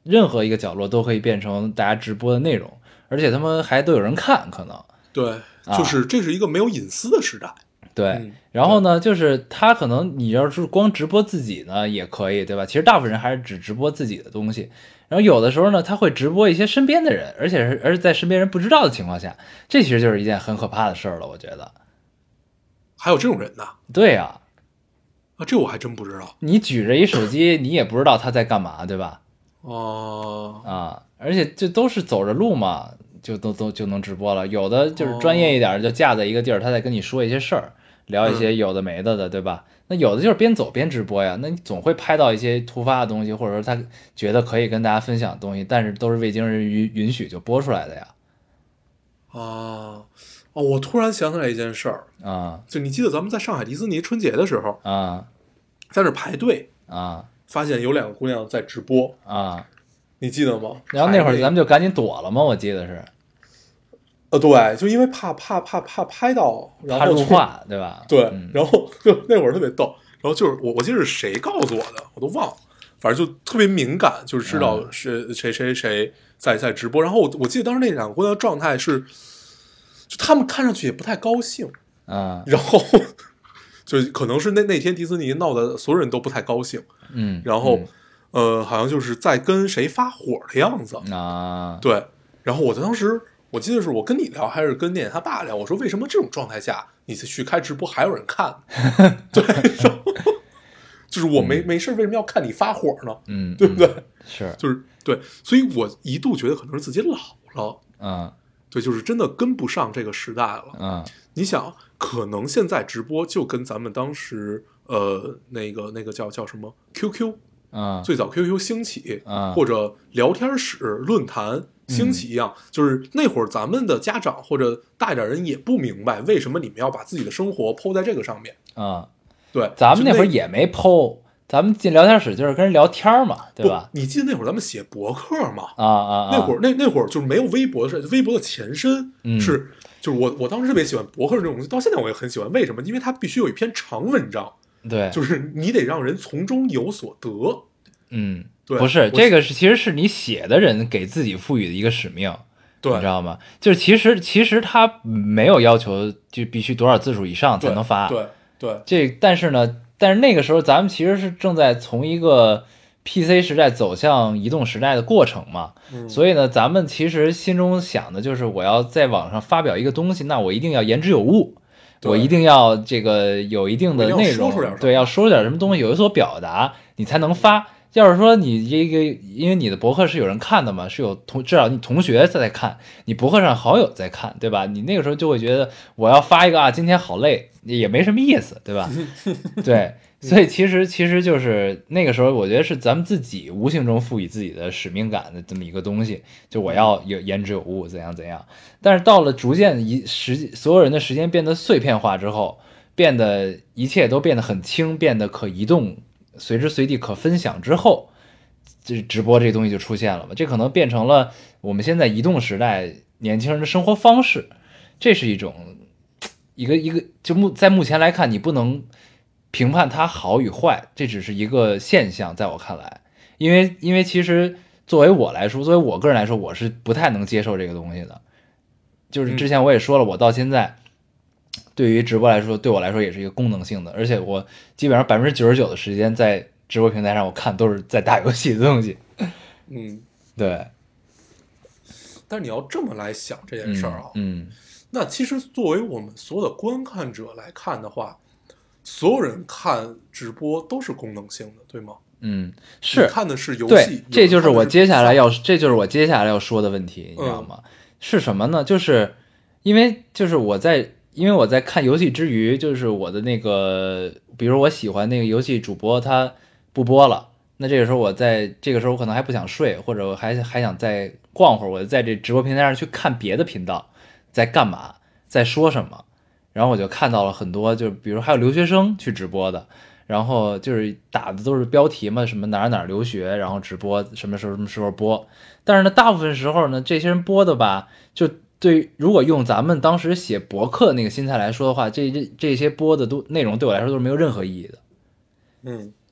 任何一个角落都可以变成大家直播的内容，而且他们还都有人看，可能对，就是这是一个没有隐私的时代。 对， 嗯、 然后呢，就是他可能你要是光直播自己呢也可以，对吧？其实大部分人还是只直播自己的东西。然后有的时候呢，他会直播一些身边的人，而且是而且在身边人不知道的情况下，这其实就是一件很可怕的事儿了，我觉得。 还有这种人呢？ 对呀、 啊，这我还真不知道。 你举着一手机，你也不知道他在干嘛，对吧？ 哦、 啊，而且这都是走着路嘛，就都都就能直播了。有的就是专业一点，就架在一个地儿，他在跟你说一些事儿，聊一些有的没的的，对吧？那有的就是边走边直播呀，那你总会拍到一些突发的东西，或者说他觉得可以跟大家分享的东西，但是都是未经人允允许就播出来的呀。 啊，哦，我突然想起来一件事儿啊， 就你记得咱们在上海迪士尼春节的时候啊， 在那排队啊， 发现有两个姑娘在直播啊， 你记得吗？ 然后那会儿咱们就赶紧躲了嘛，我记得是。 呃，对，就因为怕怕怕怕拍到，然后怕入画，对吧？ 对， 嗯、 然后就那会儿特别逗，然后就是我我记得是谁告诉我的，我都忘了，反正就特别敏感，就是知道是谁谁谁在在直播。然后我我记得当时那两个姑娘状态是，就他们看上去也不太高兴， 嗯， 然后就可能是那那天迪士尼闹得所有人都不太高兴， 嗯， 然后、 嗯、 呃，好像就是在跟谁发火的样子啊， 对，然后我当时。我记得是我跟你聊，还是跟念念他爸聊？我说为什么这种状态下你去开直播还有人看？对，就是我没、嗯、没事为什么要看你发火呢？ 嗯， 对不对？ 是， 就是对，所以我一度觉得可能是自己老了， 嗯， 对，就是真的跟不上这个时代了。 嗯， 你想，可能现在直播就跟咱们当时呃那个那个叫叫什么 Q Q， 嗯， 最早 Q Q 兴起， 嗯， 或者聊天室论坛。兴起一样、嗯，就是那会儿咱们的家长或者大一点人也不明白为什么你们要把自己的生活抛在这个上面啊、嗯。 对， 咱们那会儿也没抛，咱们进聊天室就是跟人聊天嘛，对吧？ 你记得那会儿咱们写博客嘛？ 啊啊啊！ 那会儿那那会儿就是没有微博的事，微博的前身、 嗯、 是，就是我我当时特别喜欢博客这种东西，到现在我也很喜欢。为什么？因为它必须有一篇长文章， 对， 就是你得让人从中有所得。 嗯， 对， 不是这个是其实是你写的人给自己赋予的一个使命。 对， 你知道吗？就是其实其实他没有要求就必须多少字数以上才能发， 对对。对这但是呢，但是那个时候咱们其实是正在从一个 P C 时代走向移动时代的过程嘛， 嗯、 所以呢，咱们其实心中想的就是我要在网上发表一个东西，那我一定要言之有物，我一定要这个有一定的内容，对，要说出点什么东西，有所表达，你才能发。要是说你这个，因为你的博客是有人看的嘛，是有同至少你同学在看，你博客上好友在看，对吧？你那个时候就会觉得我要发一个啊，今天好累，也没什么意思，对吧？对，所以其实其实就是那个时候，我觉得是咱们自己无形中赋予自己的使命感的这么一个东西，就我要有言之有物，怎样怎样。但是到了逐渐一时所有人的时间变得碎片化之后，变得一切都变得很轻，变得可移动。随时随地可分享之后，这直播这东西就出现了嘛？这可能变成了我们现在移动时代年轻人的生活方式。这是一种一个一个，就目在目前来看，你不能评判它好与坏，这只是一个现象，在我看来，因为因为其实作为我来说，作为我个人来说，我是不太能接受这个东西的。就是之前我也说了，我到现在。对于直播来说，对我来说也是一个功能性的，而且我基本上百分之九十九的时间在直播平台上，我看都是在打游戏的东西。 嗯， 对。 但是你要这么来想这件事儿啊， 嗯，嗯那其实作为我们所有的观看者来看的话，所有人看直播都是功能性的，对吗？ 嗯，是看的是游戏， 对，这就是我接下来要，这就是我接下来要说的问题，你知道吗？嗯、是什么呢？就是因为就是我在。因为我在看游戏之余，就是我的那个，比如我喜欢那个游戏主播他不播了，那这个时候我在这个时候我可能还不想睡，或者我还还想再逛会儿，我就在这直播平台上去看别的频道在干嘛，在说什么，然后我就看到了很多，就比如还有留学生去直播的，然后就是打的都是标题嘛，什么哪儿哪儿留学，然后直播什么时候什么时候播，但是呢，大部分时候呢，这些人播的吧，就。对，如果用咱们当时写博客那个心态来说的话，这这这些播的都内容对我来说都是没有任何意义的。 嗯，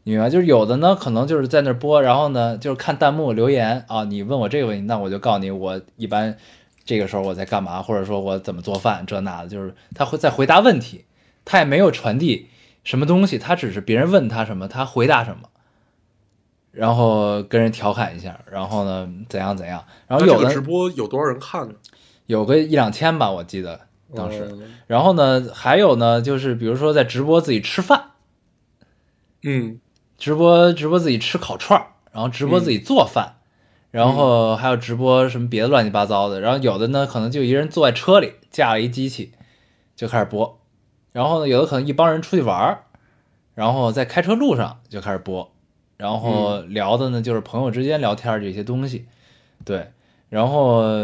你明白？就是有的呢，可能就是在那儿播，然后呢，就是看弹幕留言啊，你问我这个问题，那我就告诉你，我一般这个时候我在干嘛，或者说我怎么做饭，这那的，就是他会在回答问题，他也没有传递什么东西，他只是别人问他什么，他回答什么，然后跟人调侃一下，然后呢怎样怎样，然后有的那这个直播有多少人看呢？ 有个一两千吧，我记得当时。 嗯然后呢，还有呢，就是比如说在直播自己吃饭。 嗯直播直播自己吃烤串儿，然后直播自己做饭，嗯、然后还有直播什么别的乱七八糟的，然后有的呢可能就一人坐在车里架了一机器就开始播，然后呢有的可能一帮人出去玩儿，然后在开车路上就开始播，然后聊的呢就是朋友之间聊天这些东西，对，然后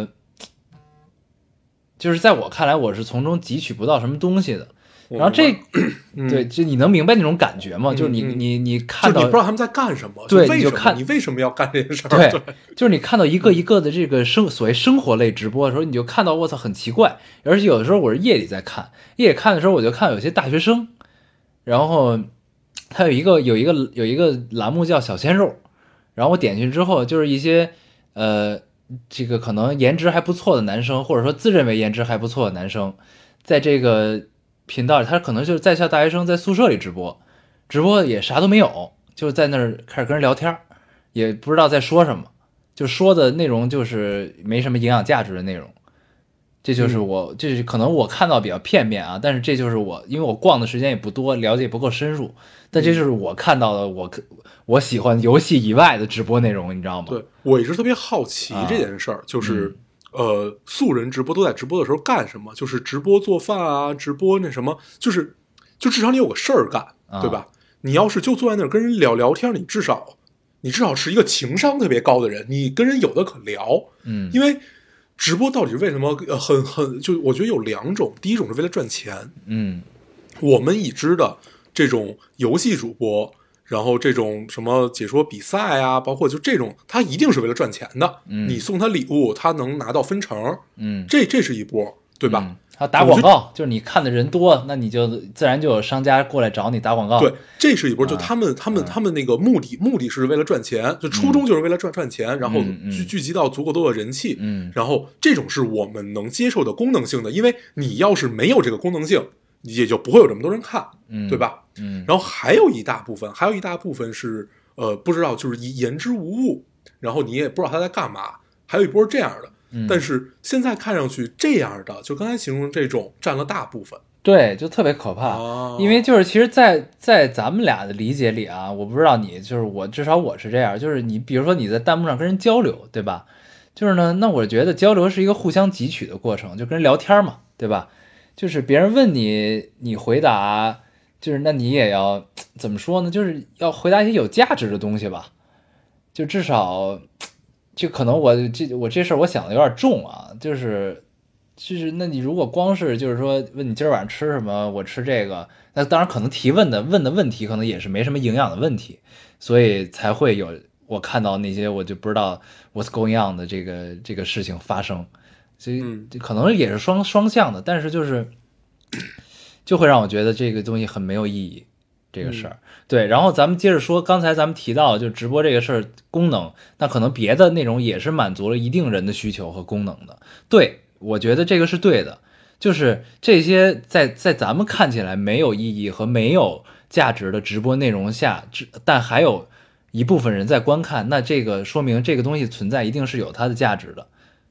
就是在我看来我是从中汲取不到什么东西的。然后这， 嗯、 对，就你能明白那种感觉吗？ 嗯、 就是你嗯、 你你看到， 就你不知道他们在干什么， 对， 为什么你就看你为什么要干这件事儿？ 对， 对， 就是你看到一个一个的这个生所谓生活类直播的时候，你就看到我操很奇怪，而且有的时候我是夜里在看，夜里看的时候我就看有些大学生，然后他有一个有一个有一个栏目叫小鲜肉，然后我点进去之后就是一些呃这个可能颜值还不错的男生，或者说自认为颜值还不错的男生，在这个频道里，他可能就是在校大学生在宿舍里直播，直播也啥都没有，就在那儿开始跟人聊天，也不知道在说什么，就说的内容就是没什么营养价值的内容。这就是我，这是可能我看到比较片面啊，但是这就是我，因为我逛的时间也不多，了解也不够深入，但这就是我看到的我我喜欢游戏以外的直播内容，你知道吗？ 对，我一直特别好奇这件事儿，啊、就是。嗯呃，素人直播都在直播的时候干什么？就是直播做饭啊，直播那什么，就是就至少你有个事儿干，对吧？啊、你要是就坐在那儿跟人聊聊天，你至少你至少是一个情商特别高的人，你跟人有的可聊。 嗯， 因为直播到底为什么呃很很就我觉得有两种，第一种是为了赚钱， 嗯， 我们已知的这种游戏主播。然后这种什么解说比赛啊，包括就这种，他一定是为了赚钱的。 嗯， 你送他礼物，他能拿到分成。 嗯， 这这是一波，对吧？ 还有、嗯、打广告，就是你看的人多，那你就自然就有商家过来找你打广告。 对，这是一波，就他们、 啊、 他们、他们那个目的，目的是为了赚钱，就初衷就是为了赚赚钱， 嗯、 然后聚聚集到足够多的人气。 嗯， 然后这种是我们能接受的功能性的，因为你要是没有这个功能性。也就不会有这么多人看， 嗯， 对吧？ 嗯， 然后还有一大部分，还有一大部分是呃不知道，就是言之无物，然后你也不知道他在干嘛。还有一波这样的， 嗯、 但是现在看上去这样的，就刚才形容这种占了大部分， 对，就特别可怕。 哦、 因为就是其实在，在在咱们俩的理解里啊，我不知道你，就是我至少我是这样，就是你比如说你在弹幕上跟人交流，对吧？就是呢，那我觉得交流是一个互相汲取的过程，就跟人聊天嘛，对吧？就是别人问你，你回答，就是那你也要怎么说呢？就是要回答一些有价值的东西吧。就至少，就可能我这我这事儿我想的有点重啊。就是就是那你如果光是就是说问你今儿晚上吃什么，我吃这个，那当然可能提问的问的问题可能也是没什么营养的问题，所以才会有我看到那些我就不知道 what's going on 的这个这个事情发生。所以可能也是双双向的，但是就是就会让我觉得这个东西很没有意义，这个事儿。 嗯、 对，然后咱们接着说，刚才咱们提到就直播这个事儿功能，那可能别的内容也是满足了一定人的需求和功能的。对，我觉得这个是对的，就是这些在在咱们看起来没有意义和没有价值的直播内容下，但还有一部分人在观看，那这个说明这个东西存在一定是有它的价值的。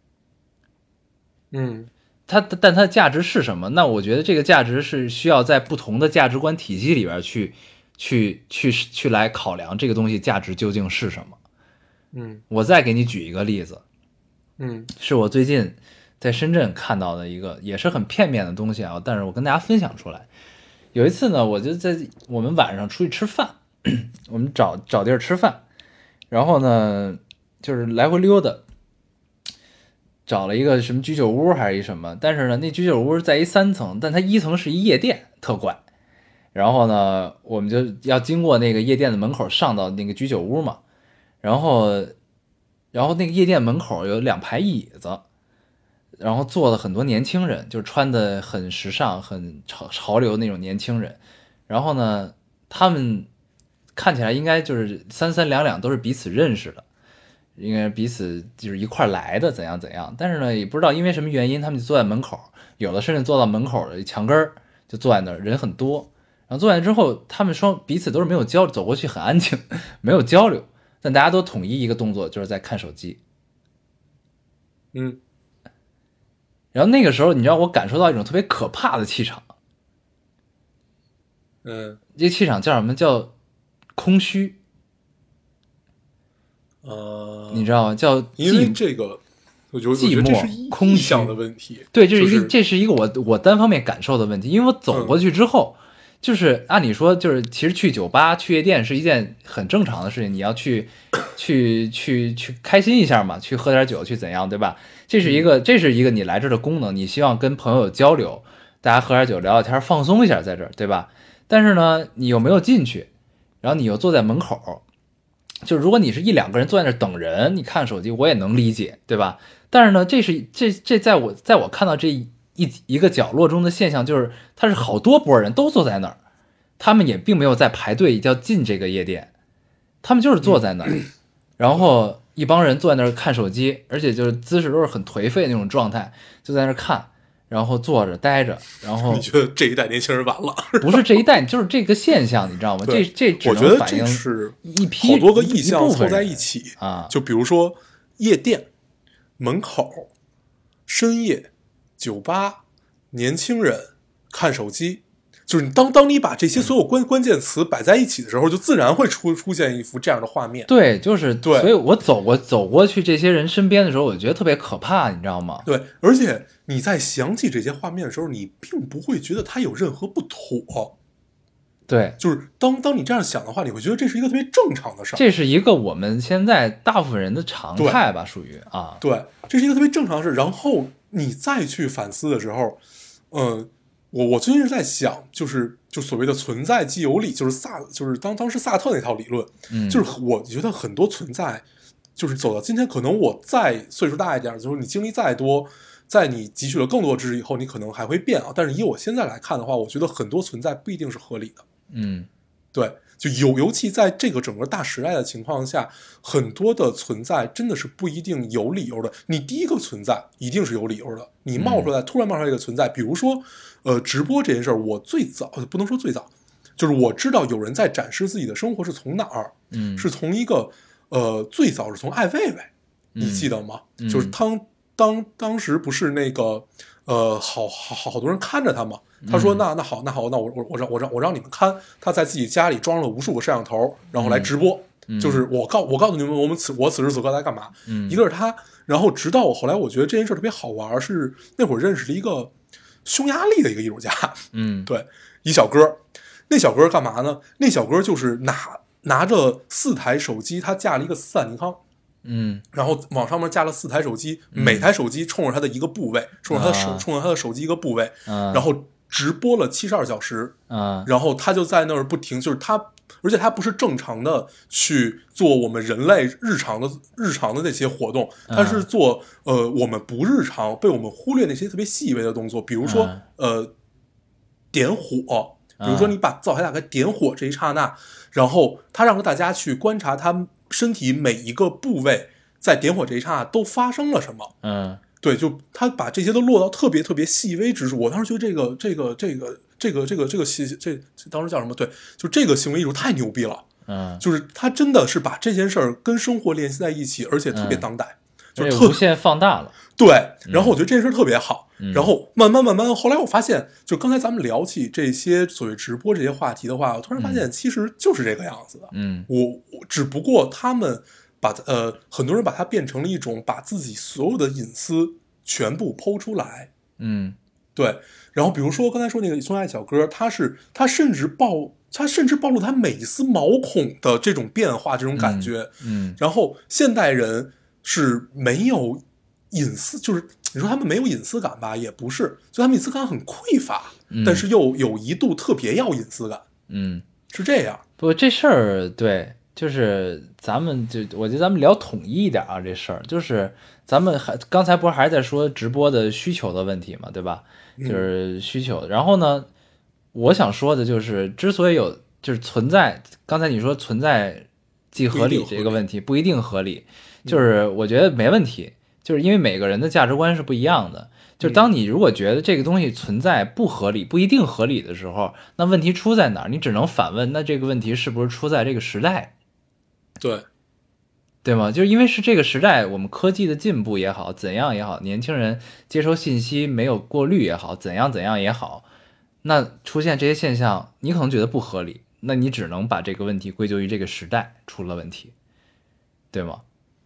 嗯， 它但它的价值是什么？那我觉得这个价值是需要在不同的价值观体系里边去去去去来考量这个东西价值究竟是什么。 嗯， 我再给你举一个例子， 嗯， 是我最近在深圳看到的一个也是很片面的东西啊，但是我跟大家分享出来。有一次呢，我就在我们晚上出去吃饭，我们找找地儿吃饭，然后呢就是来回溜达。找了一个什么居酒屋还是一什么，但是呢，那居酒屋在一三层，但它一层是一夜店，特怪。然后呢，我们就要经过那个夜店的门口上到那个居酒屋嘛。然后，然后那个夜店门口有两排椅子，然后坐了很多年轻人，就穿的很时尚、很潮潮流那种年轻人。然后呢，他们看起来应该就是三三两两都是彼此认识的，应该彼此就是一块来的，怎样怎样。但是呢，也不知道因为什么原因，他们就坐在门口，有的甚至坐到门口的墙根儿，就坐在那儿，人很多。然后坐下之后，他们双彼此都是没有交流，走过去很安静，没有交流，但大家都统一一个动作，就是在看手机。 嗯， 然后那个时候，你知道我感受到一种特别可怕的气场， 嗯， 这个气场叫什么？叫空虚。 呃， 你知道吗？叫因为寂这个，我觉得寂我觉得这是寞、空虚意向的问题。 对，这是一个、 就是这是一个我我单方面感受的问题。因为我走过去之后，嗯、就是按理说，就是其实去酒吧、去夜店是一件很正常的事情，你要去去去去开心一下嘛，去喝点酒，去怎样，对吧？这是一个这是一个你来这儿的功能，你希望跟朋友有交流，大家喝点酒聊聊天，放松一下在这儿，对吧？但是呢，你又没有进去，然后你又坐在门口。就如果你是一两个人坐在那儿等人，你看手机我也能理解，对吧？但是呢，这是这这在我在我看到这一一个角落中的现象，就是它是好多波人都坐在那儿，他们也并没有在排队要进这个夜店，他们就是坐在那儿，然后一帮人坐在那儿看手机，而且就是姿势都是很颓废那种状态，就在那儿看。然后坐着待着，然后你觉得这一代年轻人完了？ 不是这一代，就是这个现象，你知道吗？这这只能反映是一批好多个意象凑在一起啊。 就比如说夜店门口、深夜酒吧、年轻人看手机，就是你当当你把这些所有关关键词摆在一起的时候，就自然会出出现一幅这样的画面。 对，就是对， 所以我走过走过去这些人身边的时候，我觉得特别可怕，你知道吗？ 对，而且你在想起这些画面的时候，你并不会觉得它有任何不妥。 对， 就是当当你这样想的话，你会觉得这是一个特别正常的事儿。 这是一个我们现在大部分人的常态吧，属于啊。 对，这是一个特别正常的事。然后你再去反思的时候，嗯。我我最近是在想，就是就所谓的存在即有理，就是萨就是当当时萨特那套理论， 嗯， 就是我觉得很多存在，就是走到今天，可能我再岁数大一点，就是你经历再多，在你汲取了更多知识以后，你可能还会变啊。但是以我现在来看的话，我觉得很多存在不一定是合理的。 嗯， 对，就尤尤其在这个整个大时代的情况下，很多的存在真的是不一定有理由的。你第一个存在一定是有理由的，你冒出来，突然冒出来一个存在，比如说。呃，直播这件事儿，我最早不能说最早，就是我知道有人在展示自己的生活是从哪儿， 嗯， 是从一个呃最早是从艾薇薇，你记得吗？ 嗯、 就是当当当时不是那个呃好好好好多人看着他嘛，他说、嗯、那那好那好那我我我让我让我让你们看，他在自己家里装了无数个摄像头，然后来直播， 嗯、 就是我告我告诉你们我们此我此时此刻在干嘛， 嗯， 一个是他，然后直到我后来我觉得这件事特别好玩，是那会儿认识了一个。匈牙利的一个艺术家， 嗯， 对，一小哥，那小哥干嘛呢？那小哥就是拿拿着四台手机，他架了一个斯坦尼康， 嗯， 然后往上面架了四台手机， 嗯、 每台手机冲着他的一个部位，冲着他的手， 啊、 冲着他的手机一个部位， 啊、 然后直播了七十二小时， 啊， 然后他就在那儿不停，就是他。而且他不是正常的去做我们人类日常的日常的那些活动，他是做呃我们不日常被我们忽略那些特别细微的动作，比如说呃点火，比如说你把灶台打开点火这一刹那，然后他让大家去观察他身体每一个部位在点火这一刹那都发生了什么。 嗯， 对，就他把这些都落到特别特别细微之处。我当时觉得这个这个这个这个这个这个这这当时叫什么？对，就这个行为艺术太牛逼了。 嗯， 就是他真的是把这件事儿跟生活联系在一起，而且特别当代， 嗯、 就特无限放大了。 对，然后我觉得这件事儿特别好。 嗯、 然后慢慢慢慢，后来我发现，就刚才咱们聊起这些所谓直播这些话题的话，我突然发现其实就是这个样子的。 嗯， 我我只不过他们把呃很多人把它变成了一种把自己所有的隐私全部剖出来。 嗯， 对。然后比如说刚才说那个松爱小哥，他是他甚至暴他甚至暴露他每一丝毛孔的这种变化，这种感觉。 嗯，嗯然后现代人是没有隐私，就是你说他们没有隐私感吧，也不是，就他们隐私感很匮乏， 嗯、 但是又有一度特别要隐私感。 嗯， 是这样。 不，这事儿对，就是咱们就我觉得咱们聊统一一点啊，这事儿就是咱们还刚才不是还是在说直播的需求的问题嘛，对吧？就是需求。然后呢，我想说的就是，之所以有就是存在，刚才你说存在即合理这个问题不一定合理，就是我觉得没问题，就是因为每个人的价值观是不一样的。就是当你如果觉得这个东西存在不合理、不一定合理的时候，那问题出在哪儿？你只能反问，那这个问题是不是出在这个时代？ 对， 对吗？就是因为是这个时代，我们科技的进步也好，怎样也好，年轻人接收信息没有过滤也好，怎样怎样也好，那出现这些现象，你可能觉得不合理，那你只能把这个问题归咎于这个时代出了问题，对吗？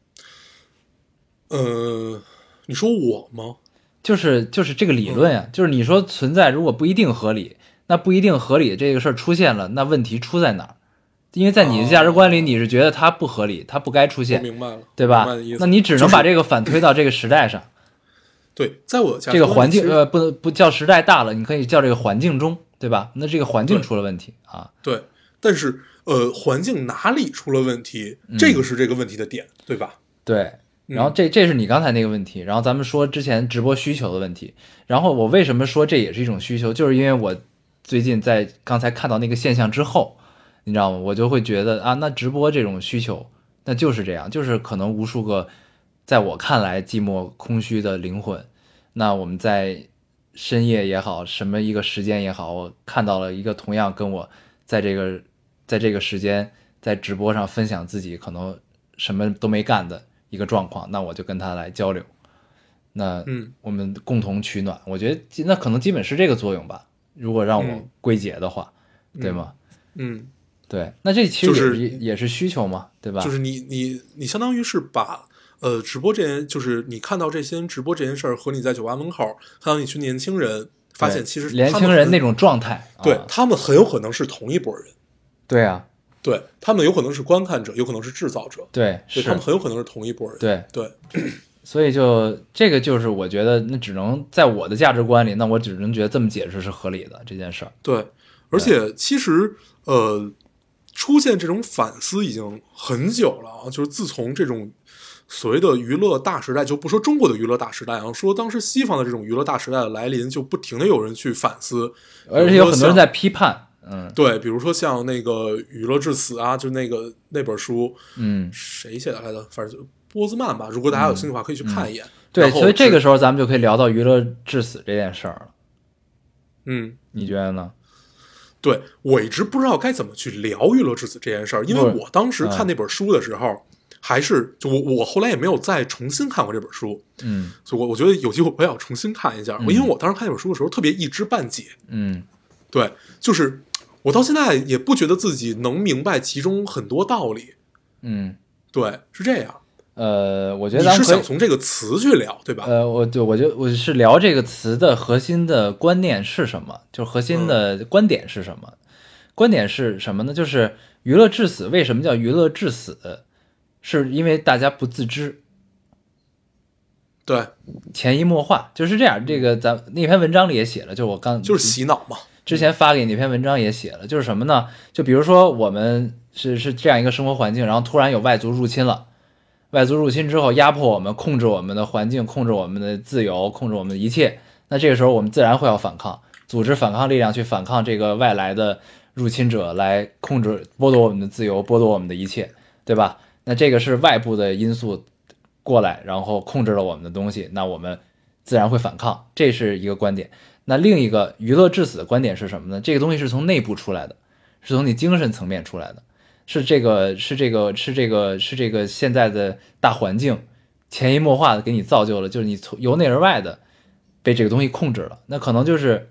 呃，你说我吗？ 就是就是这个理论呀、啊，就是你说存在如果不一定合理，那不一定合理这个事儿出现了，那问题出在哪儿？因为在你的价值观里，你是觉得它不合理，它不该出现， 我明白了， 对吧？那你只能把这个反推到这个时代上。 对，在我的价值观里这个环境呃不不叫时代大了，你可以叫这个环境中，对吧？那这个环境出了问题啊。 对，但是呃，环境哪里出了问题？这个是这个问题的点，对吧？ 对。然后这这是你刚才那个问题，然后咱们说之前直播需求的问题，然后我为什么说这也是一种需求，就是因为我最近在刚才看到那个现象之后，你知道吗？我就会觉得啊，那直播这种需求，那就是这样，就是可能无数个在我看来寂寞空虚的灵魂，那我们在深夜也好，什么一个时间也好，我看到了一个同样跟我在这个在这个时间在直播上分享自己可能什么都没干的一个状况，那我就跟他来交流，那我们共同取暖、嗯、我觉得那可能基本是这个作用吧，如果让我归结的话、嗯、对吗？ 嗯， 对，那这其实也是、 就是、 也是需求嘛，对吧？ 就是你你你相当于是把呃直播这件，就是你看到这些直播这件事儿和你在酒吧门口看到一群年轻人，发现其实年轻人那种状态， 对、 啊、 他们很有可能是同一拨人。 对啊， 对，他们有可能是观看者，有可能是制造者， 对， 对，他们很有可能是同一拨人。 对对， 所以就这个就是我觉得那只能在我的价值观里，那我只能觉得这么解释是合理的这件事儿。 对，而且其实呃，出现这种反思已经很久了啊，就是自从这种所谓的娱乐大时代，就不说中国的娱乐大时代啊，说当时西方的这种娱乐大时代的来临，就不停的有人去反思， 而且有很多人在批判。嗯， 对，比如说像那个《娱乐至死》啊，就那个那本书， 嗯， 谁写的来着？反正就波兹曼吧。如果大家有兴趣的话，可以去看一眼。 嗯、对，所以这个时候咱们就可以聊到娱乐至死这件事儿了。 嗯， 你觉得呢？ 对，我一直不知道该怎么去聊娱乐至死这件事儿，因为我当时看那本书的时候，嗯、还是就我我后来也没有再重新看过这本书。 嗯， 所以我我觉得有机会我也要重新看一下， 嗯、 因为我当时看那本书的时候特别一知半解。 嗯， 对，就是。我到现在也不觉得自己能明白其中很多道理。 嗯， 对，是这样。 呃，我觉得咱们你是想从这个词去聊，对吧？ 呃，我就我就我是聊这个词的核心的观念是什么，就是核心的观点是什么？嗯、观点是什么呢？就是娱乐至死，为什么叫娱乐至死？是因为大家不自知。 对， 潜移默化就是这样。这个咱那篇文章里也写了，就我刚就是洗脑嘛。 之前发给你那篇文章也写了，就是什么呢？就比如说我们是是这样一个生活环境，然后突然有外族入侵了，外族入侵之后压迫我们，控制我们的环境，控制我们的自由，控制我们的一切。那这个时候我们自然会要反抗，组织反抗力量去反抗这个外来的入侵者来控制剥夺我们的自由，剥夺我们的一切，对吧？那这个是外部的因素过来，然后控制了我们的东西，那我们自然会反抗，这是一个观点。那另一个娱乐至死的观点是什么呢？这个东西是从内部出来的，是从你精神层面出来的，是这个是这个是这个是这个现在的大环境潜移默化的给你造就了，就是你从由内而外的被这个东西控制了。那可能就是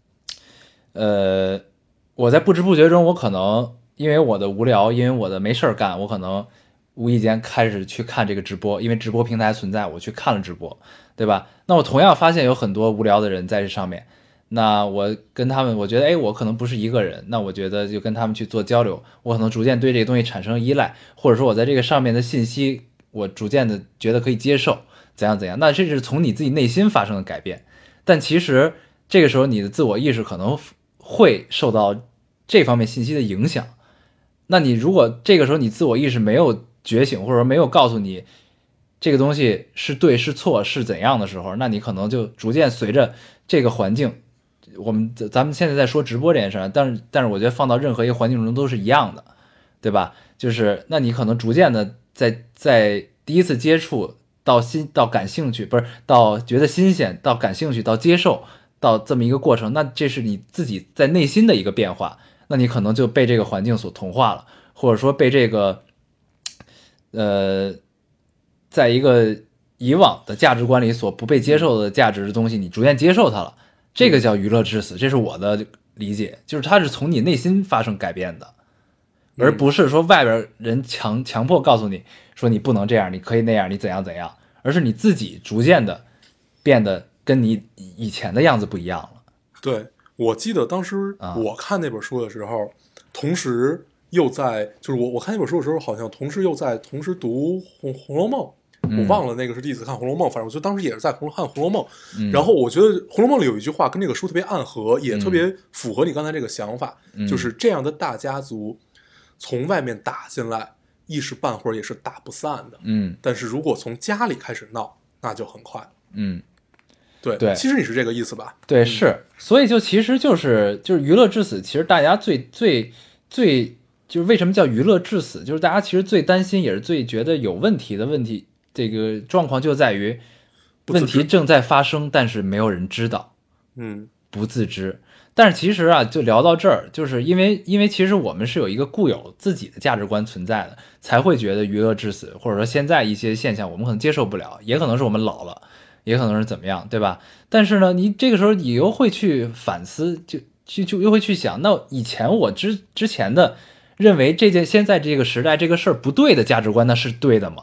呃我在不知不觉中，我可能因为我的无聊，因为我的没事儿干，我可能无意间开始去看这个直播，因为直播平台存在，我去看了直播，对吧？那我同样发现有很多无聊的人在这上面，那我跟他们，我觉得，哎，我可能不是一个人，那我觉得就跟他们去做交流，我可能逐渐对这个东西产生依赖，或者说我在这个上面的信息，我逐渐的觉得可以接受，怎样怎样，那这是从你自己内心发生的改变。但其实这个时候你的自我意识可能会受到这方面信息的影响。那你如果这个时候你自我意识没有觉醒，或者说没有告诉你这个东西是对是错是怎样的时候，那你可能就逐渐随着这个环境我们咱们现在在说直播这件事儿，但是但是我觉得放到任何一个环境中都是一样的，对吧？就是那你可能逐渐的在在第一次接触到新到感兴趣，不是到觉得新鲜，到感兴趣，到接受，到这么一个过程，那这是你自己在内心的一个变化，那你可能就被这个环境所同化了，或者说被这个呃，在一个以往的价值观里所不被接受的价值的东西，你逐渐接受它了，这个叫娱乐至死，这是我的理解，就是它是从你内心发生改变的，而不是说外边人强强迫告诉你说你不能这样，你可以那样，你怎样怎样，而是你自己逐渐的变得跟你以前的样子不一样了。 对，我记得当时我看那本书的时候，啊、同时又在就是我我看那本书的时候，好像同时又在同时读红《红楼梦》。我忘了那个是第几次看《红楼梦》，反正我觉得当时也是在看《红楼梦》，嗯，然后我觉得《红楼梦》里有一句话跟这个书特别暗合，也特别符合你刚才这个想法，嗯，就是这样的大家族从外面打进来，一时半会儿也是打不散的，嗯，但是如果从家里开始闹，那就很快了，嗯，对对，其实你是这个意思吧？ 对，是，所以就其实就是就是娱乐至死，其实大家最最最就是为什么叫娱乐至死，就是大家其实最担心也是最觉得有问题的问题。这个状况就在于问题正在发生，但是没有人知道， 嗯， 不自知。但是其实啊，就聊到这儿，就是因为因为其实我们是有一个固有自己的价值观存在的，才会觉得娱乐至死，或者说现在一些现象我们可能接受不了，也可能是我们老了，也可能是怎么样，对吧？但是呢，你这个时候你又会去反思，就就就又会去想，那以前我之之前的认为这件现在这个时代这个事儿不对的价值观，那是对的吗？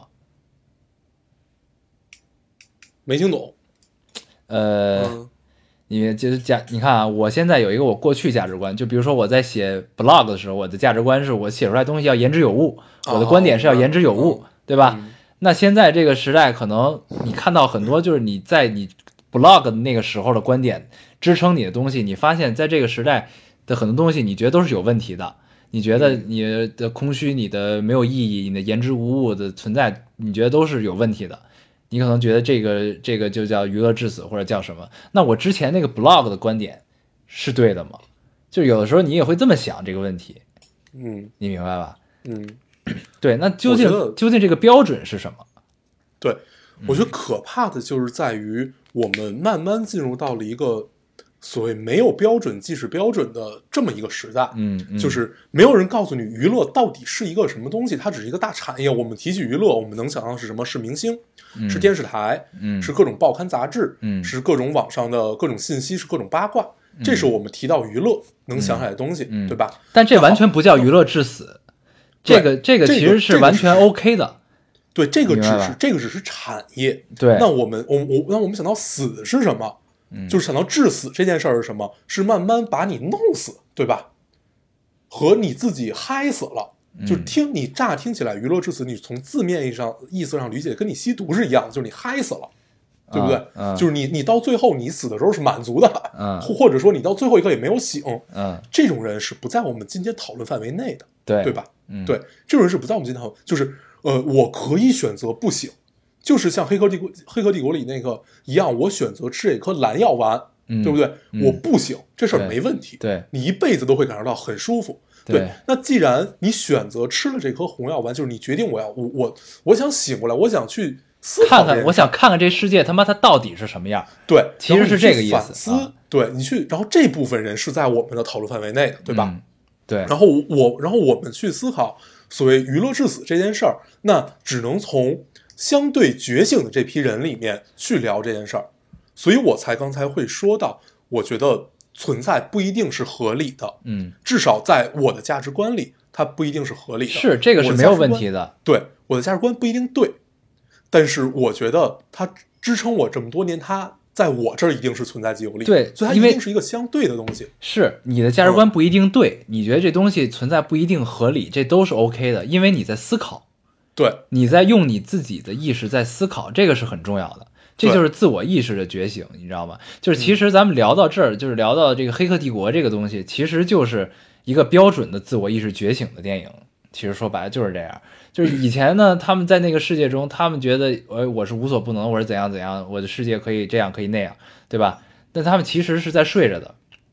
没听懂， 呃，嗯、你就是价，你看啊，我现在有一个我过去价值观，就比如说我在写 blog 的时候，我的价值观是我写出来的东西要言之有物，哦、我的观点是要言之有物，嗯、对吧？嗯、那现在这个时代，可能你看到很多就是你在你 blog 的那个时候的观点支撑你的东西，你发现在这个时代的很多东西，你觉得都是有问题的，你觉得你的空虚、你的没有意义、你的言之无物的存在，你觉得都是有问题的。你可能觉得这个这个就叫娱乐至死，或者叫什么？那我之前那个 blog 的观点是对的吗？就有的时候你也会这么想这个问题， 嗯， 你明白吧？ 嗯， 对，那究竟究竟这个标准是什么？ 对，我觉得可怕的就是在于我们慢慢进入到了一个所谓没有标准即是标准的这么一个时代， 嗯，嗯就是没有人告诉你娱乐到底是一个什么东西，它只是一个大产业。我们提起娱乐，我们能想到是什么？是明星， 嗯、 是电视台， 嗯， 是各种报刊杂志， 嗯， 是各种网上的各种信息，是各种八卦，嗯、这是我们提到娱乐能想起来的东西， 嗯、 对吧？ 但这完全不叫娱乐至死，这个这个其实是完全 OK 的。 对，这个只是这个只是产业。 对， 那我们我我那我们想到死是什么？ 嗯、 就是想到致死这件事儿是什么？是慢慢把你弄死，对吧？和你自己嗨死了。就听你乍听起来娱乐至死，你从字面意义上意思上理解，跟你吸毒是一样的，就是你嗨死了，对不对？ 嗯嗯、 就是你你到最后你死的时候是满足的， 嗯， 或者说你到最后一刻也没有醒， 嗯， 这种人是不在我们今天讨论范围内的， 对对吧？ 嗯， 对，这种人是不在我们今天讨论，就是呃，我可以选择不醒，就是像黑客帝国黑客帝国里那个一样，我选择吃这颗蓝药丸， 嗯、 对不对？ 嗯、 我不醒，这事儿没问题， 对， 你一辈子都会感受到很舒服。对，那既然你选择吃了这颗红药丸，就是你决定我要我我我想醒过来，我想去思考看看，我想看看这世界他妈它到底是什么样。 对， 其实是这个意思。 反思，啊、对你去，然后这部分人是在我们的讨论范围内的，对吧？ 嗯、对。 然后我，然后我们去思考所谓娱乐至死这件事儿，那只能从相对觉醒的这批人里面去聊这件事儿，所以我才刚才会说到，我觉得。存在不一定是合理的， 嗯， 至少在我的价值观里，它不一定是合理的。 是这个是没有问题的， 对，我的价值观不一定对，但是我觉得它支撑我这么多年，它在我这儿一定是存在即有利。 对， 所以它一定是一个相对的东西。 是你的价值观不一定对，嗯、你觉得这东西存在不一定合理，这都是 OK 的，因为你在思考， 对， 你在用你自己的意识在思考，这个是很重要的。这就是自我意识的觉醒，你知道吗？就是其实咱们聊到这儿，就是聊到这个《黑客帝国》这个东西，其实就是一个标准的自我意识觉醒的电影。其实说白了就是这样。就是以前呢，他们在那个世界中，他们觉得，呃，我是无所不能，我是怎样怎样，我的世界可以这样，可以那样，对吧？但他们其实是在睡着的，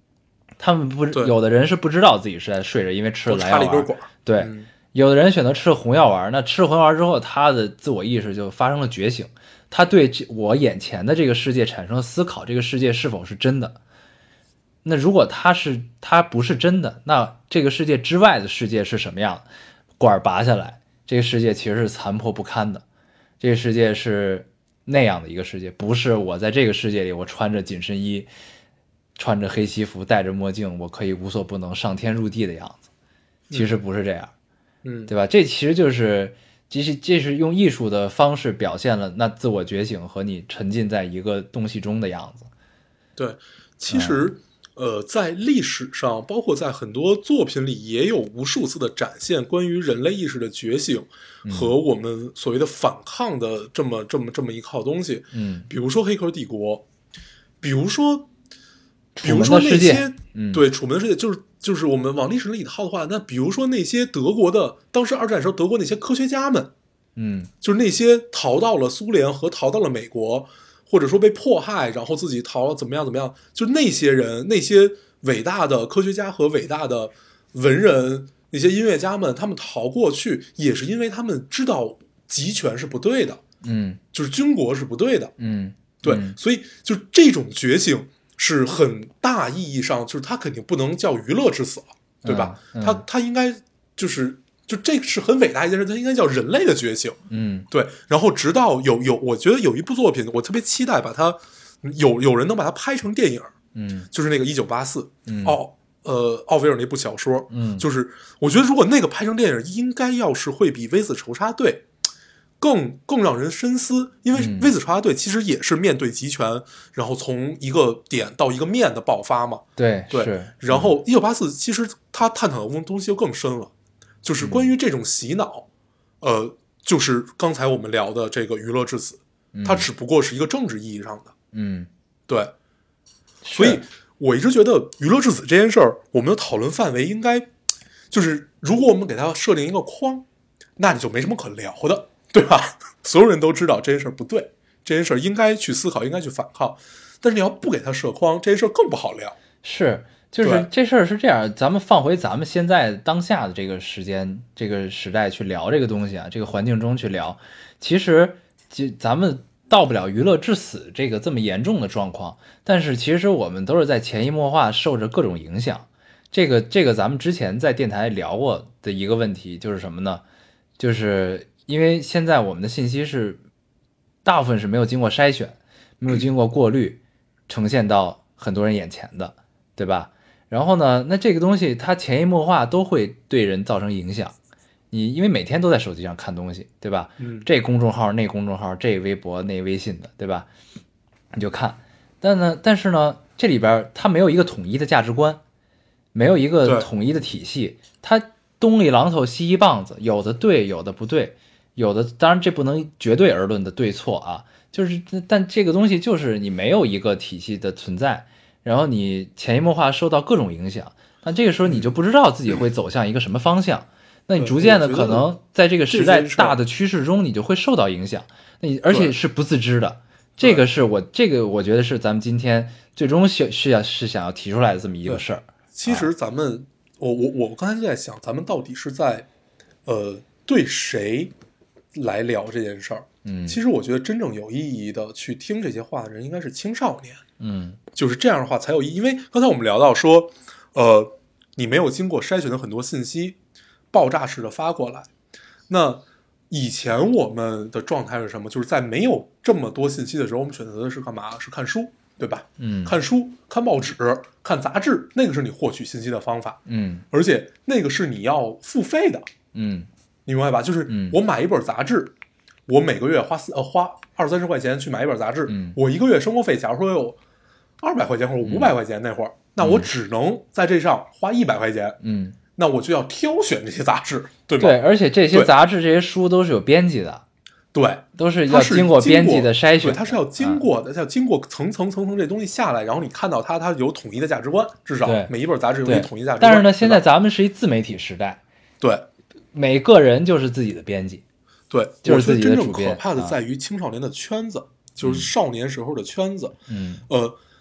他们不对有的人是不知道自己是在睡着，因为吃了都蓝药丸。 插了一根管， 对， 嗯有的人选择吃了红药丸，那吃了红药丸之后，他的自我意识就发生了觉醒，他对这我眼前的这个世界产生了思考，这个世界是否是真的？那如果它是它不是真的，那这个世界之外的世界是什么样的？管拔下来，这个世界其实是残破不堪的，这个世界是那样的一个世界，不是我在这个世界里我穿着紧身衣，穿着黑西服，戴着墨镜，我可以无所不能，上天入地的样子。其实不是这样， 嗯， 对吧？这其实就是其实这是用艺术的方式表现了那自我觉醒和你沉浸在一个东西中的样子。 对，其实、嗯、呃，在历史上，包括在很多作品里，也有无数次的展现关于人类意识的觉醒和我们所谓的反抗的这么这么这么一套东西。 嗯， 比如说《黑客帝国》，比如说，比楚门如说那的世界些， 嗯， 对，楚门的世界，就是就是我们往历史里套的话，那比如说那些德国的，当时二战时候德国那些科学家们， 嗯， 就是那些逃到了苏联和逃到了美国，或者说被迫害，然后自己逃了怎么样怎么样，就那些人，那些伟大的科学家和伟大的文人，那些音乐家们，他们逃过去，也是因为他们知道集权是不对的， 嗯， 就是军国是不对的， 嗯， 对， 嗯所以就这种觉醒是很大意义上，就是它肯定不能叫娱乐至死了，对吧？ 嗯嗯、 它它应该就是就这是很伟大一件事，它应该叫人类的觉醒。 嗯， 对。然后直到有有，我觉得有一部作品，我特别期待把它有有人能把它拍成电影， 嗯， 就是那个一九八四， 嗯， 奥呃奥威尔那部小说， 嗯， 就是我觉得如果那个拍成电影，应该要是会比《微子仇杀队》更更让人深思，因为嗯微子仇杀队其实也是面对集权，然后从一个点到一个面的爆发嘛。 对， 对， 是。 然后一九八四其实他探讨的东西就更深了，就是关于这种洗脑，嗯、呃，就是刚才我们聊的这个娱乐至死， 嗯、 它只不过是一个政治意义上的， 嗯， 对，所以我一直觉得娱乐至死这件事儿，我们的讨论范围应该就是如果我们给它设定一个框，那你就没什么可聊的。对吧？所有人都知道这件事不对，这件事应该去思考，应该去反抗。但是你要不给他设框，这件事更不好聊。 是，就是这事儿是这样。咱们放回咱们现在当下的这个时间、这个时代去聊这个东西啊，这个环境中去聊，其实就咱们到不了娱乐至死这个这么严重的状况，但是其实我们都是在潜移默化受着各种影响。这个这个咱们之前在电台聊过的一个问题就是什么呢？就是因为现在我们的信息是大部分是没有经过筛选，没有经过过滤，呈现到很多人眼前的，对吧？然后呢，那这个东西它潜移默化都会对人造成影响。你因为每天都在手机上看东西，对吧？ 嗯， 这公众号那公众号，这微博那微信的，对吧？你就看，但呢，但是呢，这里边它没有一个统一的价值观，没有一个统一的体系，它东一榔头西一棒子，有的对，有的不对。有的当然这不能绝对而论的对错啊，就是但这个东西就是你没有一个体系的存在，然后你潜移默化受到各种影响，那这个时候你就不知道自己会走向一个什么方向，那你逐渐的可能在这个时代大的趋势中你就会受到影响，那你而且是不自知的，这个是我这个我觉得是咱们今天最终是是要是想要提出来的这么一个事儿。 其实咱们我我我刚才就在想，咱们到底是在呃对谁来聊这件事儿， 嗯， 其实我觉得真正有意义的去听这些话的人应该是青少年， 嗯， 就是这样的话才有意义。因为刚才我们聊到说，呃，你没有经过筛选的很多信息，爆炸式的发过来。那以前我们的状态是什么？就是在没有这么多信息的时候，我们选择的是干嘛？是看书，对吧？ 嗯， 看书、看报纸、看杂志，那个是你获取信息的方法， 嗯， 而且那个是你要付费的， 嗯。 你明白吧？就是我买一本杂志，嗯、我每个月花四呃花二三十块钱去买一本杂志， 嗯、 我一个月生活费，假如说有二百块钱或者五百块钱，那会儿，嗯、那我只能在这上花一百块钱， 嗯， 那我就要挑选这些杂志，对吧？ 对，而且这些杂志、这些书都是有编辑的， 对， 都是要经过编辑的筛选， 对，它是要经过的，要经过层层层层这东西下来，然后你看到它，它有统一的价值观，至少每一本杂志有一统一价值观。 但是呢，现在咱们是一自媒体时代， 对。 每个人就是自己的编辑， 对， 就是自己的主编。真正可怕的在于青少年的圈子，啊、就是少年时候的圈子。 嗯， 呃，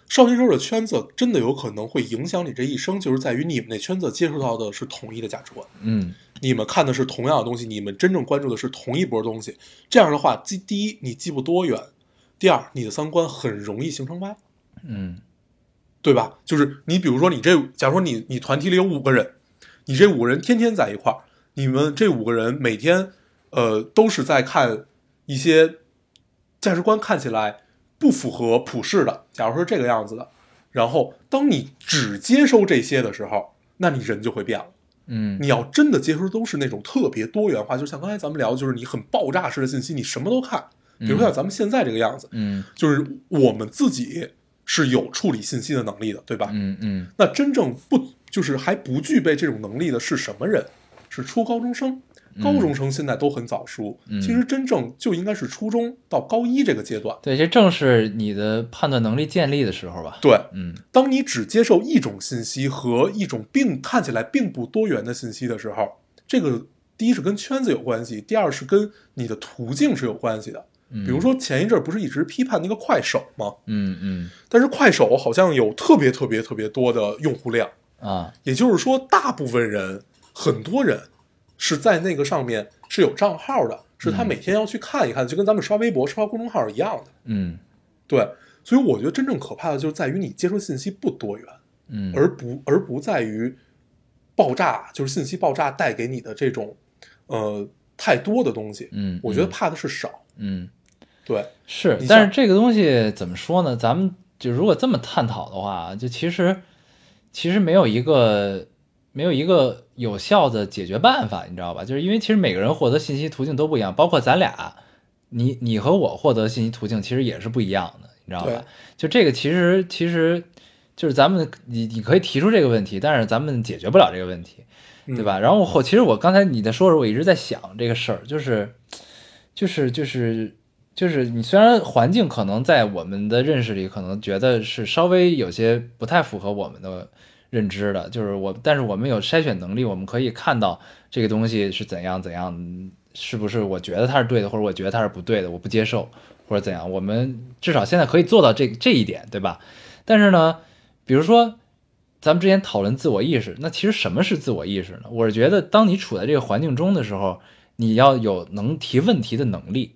少年时候的圈子真的有可能会影响你这一生，就是在于你们那圈子接触到的是统一的价值观， 嗯， 你们看的是同样的东西，你们真正关注的是同一波东西。这样的话，第第一，你既不多元；第二，你的三观很容易形成歪， 嗯， 对吧？就是你比如说，你这假如说你你团体里有五个人，你这五个人天天在一块儿，你们这五个人每天呃都是在看一些价值观看起来不符合普世的，假如说这个样子的，然后当你只接收这些的时候，那你人就会变了。 嗯， 你要真的接收都是那种特别多元化，就像刚才咱们聊的，就是你很爆炸式的信息，你什么都看。比如说像咱们现在这个样子， 嗯， 就是我们自己是有处理信息的能力的，对吧？ 嗯嗯， 那真正不就是还不具备这种能力的是什么人？是初高中生。高中生现在都很早熟， 嗯、 其实真正就应该是初中到高一这个阶段。 对，这正是你的判断能力建立的时候吧？ 对， 嗯， 当你只接受一种信息和一种并看起来并不多元的信息的时候，这个第一是跟圈子有关系，第二是跟你的途径是有关系的。比如说前一阵不是一直批判那个快手吗？ 嗯嗯， 但是快手好像有特别特别特别多的用户量啊， 也就是说，大部分人，很多人。是在那个上面是有账号的，是他每天要去看一看，嗯、就跟咱们刷微博、刷公众号一样的。 嗯， 对，所以我觉得真正可怕的就是在于你接收信息不多元， 嗯， 而不而不在于爆炸，就是信息爆炸带给你的这种呃太多的东西。 嗯， 我觉得怕的是少。 嗯， 对， 是，但是这个东西怎么说呢？咱们就如果这么探讨的话，就其实其实没有一个。没有一个有效的解决办法，你知道吧？就是因为其实每个人获得信息途径都不一样，包括咱俩，你你和我获得信息途径其实也是不一样的，你知道吧？就这个其实其实就是咱们你你可以提出这个问题，但是咱们解决不了这个问题，对吧？嗯、然后我其实我刚才你在说的时候，我一直在想这个事儿，就是就是就是就是你虽然环境可能在我们的认识里可能觉得是稍微有些不太符合我们的。认知的就是我，但是我们有筛选能力，我们可以看到这个东西是怎样怎样，是不是我觉得它是对的，或者我觉得它是不对的，我不接受或者怎样，我们至少现在可以做到这这一点，对吧？但是呢，比如说咱们之前讨论自我意识，那其实什么是自我意识呢？我是觉得，当你处在这个环境中的时候，你要有能提问题的能力，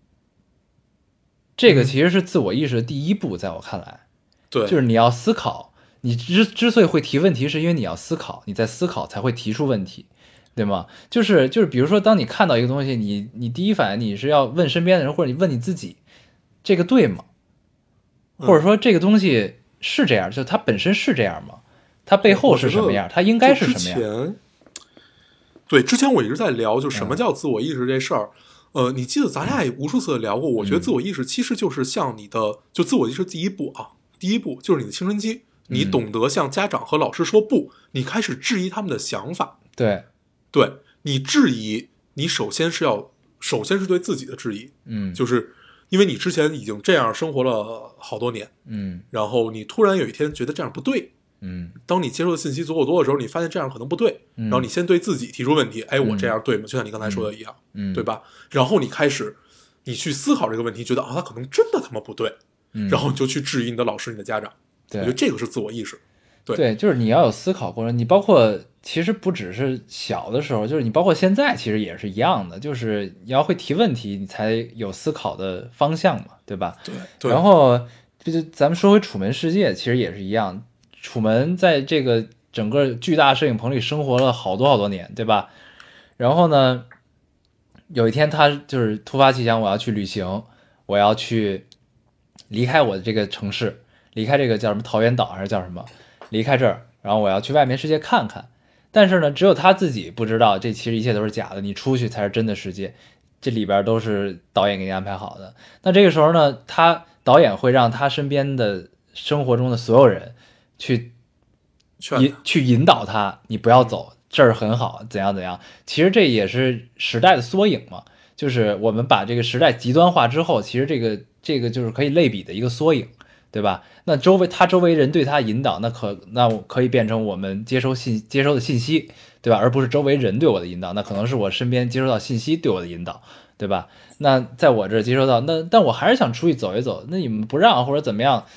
这个其实是自我意识的第一步，在我看来， 对， 就是你要思考。你之之所以会提问题，是因为你要思考，你在思考才会提出问题，对吗？就是就是，比如说，当你看到一个东西，你你第一反应你是要问身边的人，或者你问你自己，这个对吗？或者说这个东西是这样，就它本身是这样吗？它背后是什么样？它应该是什么样？ 对，之前我一直在聊，就什么叫自我意识这事儿。嗯、呃，你记得咱俩也无数次的聊过，我觉得自我意识其实就是像你的，就自我意识第一步啊，第一步就是你的青春期。你懂得向家长和老师说不，你开始质疑他们的想法。 对， 对你质疑，你首先是要，首先是对自己的质疑。 嗯， 就是因为你之前已经这样生活了好多年， 嗯， 然后你突然有一天觉得这样不对， 嗯， 当你接受的信息足够多的时候，你发现这样可能不对， 嗯、 然后你先对自己提出问题，哎，我这样对吗？就像你刚才说的一样， 嗯， 对吧？然后你开始，你去思考这个问题，觉得啊，他可能真的他妈不对， 嗯， 然后你就去质疑你的老师、你的家长。我觉得这个是自我意识。对, 对，就是你要有思考过程，你包括其实不只是小的时候，就是你包括现在其实也是一样的，就是你要会提问题，你才有思考的方向嘛，对吧？ 对。对然后就咱们说回楚门世界，其实也是一样，楚门在这个整个巨大摄影棚里生活了好多好多年，对吧？然后呢，有一天他就是突发奇想，我要去旅行，我要去离开我的这个城市，离开这个叫什么桃源岛还是叫什么？离开这儿，然后我要去外面世界看看，但是呢，只有他自己不知道，这其实一切都是假的，你出去才是真的世界，这里边都是导演给你安排好的。那这个时候呢，他导演会让他身边的生活中的所有人去引去引导他，你不要走，这儿很好，怎样怎样。其实这也是时代的缩影嘛，就是我们把这个时代极端化之后，其实这个这个就是可以类比的一个缩影。对吧？那周围他周围人对他引导，那可那可以变成我们接收信接收的信息，对吧？而不是周围人对我的引导，那可能是我身边接收到信息对我的引导，对吧？那在我这接收到，那但我还是想出去走一走，那你们不让或者怎么样，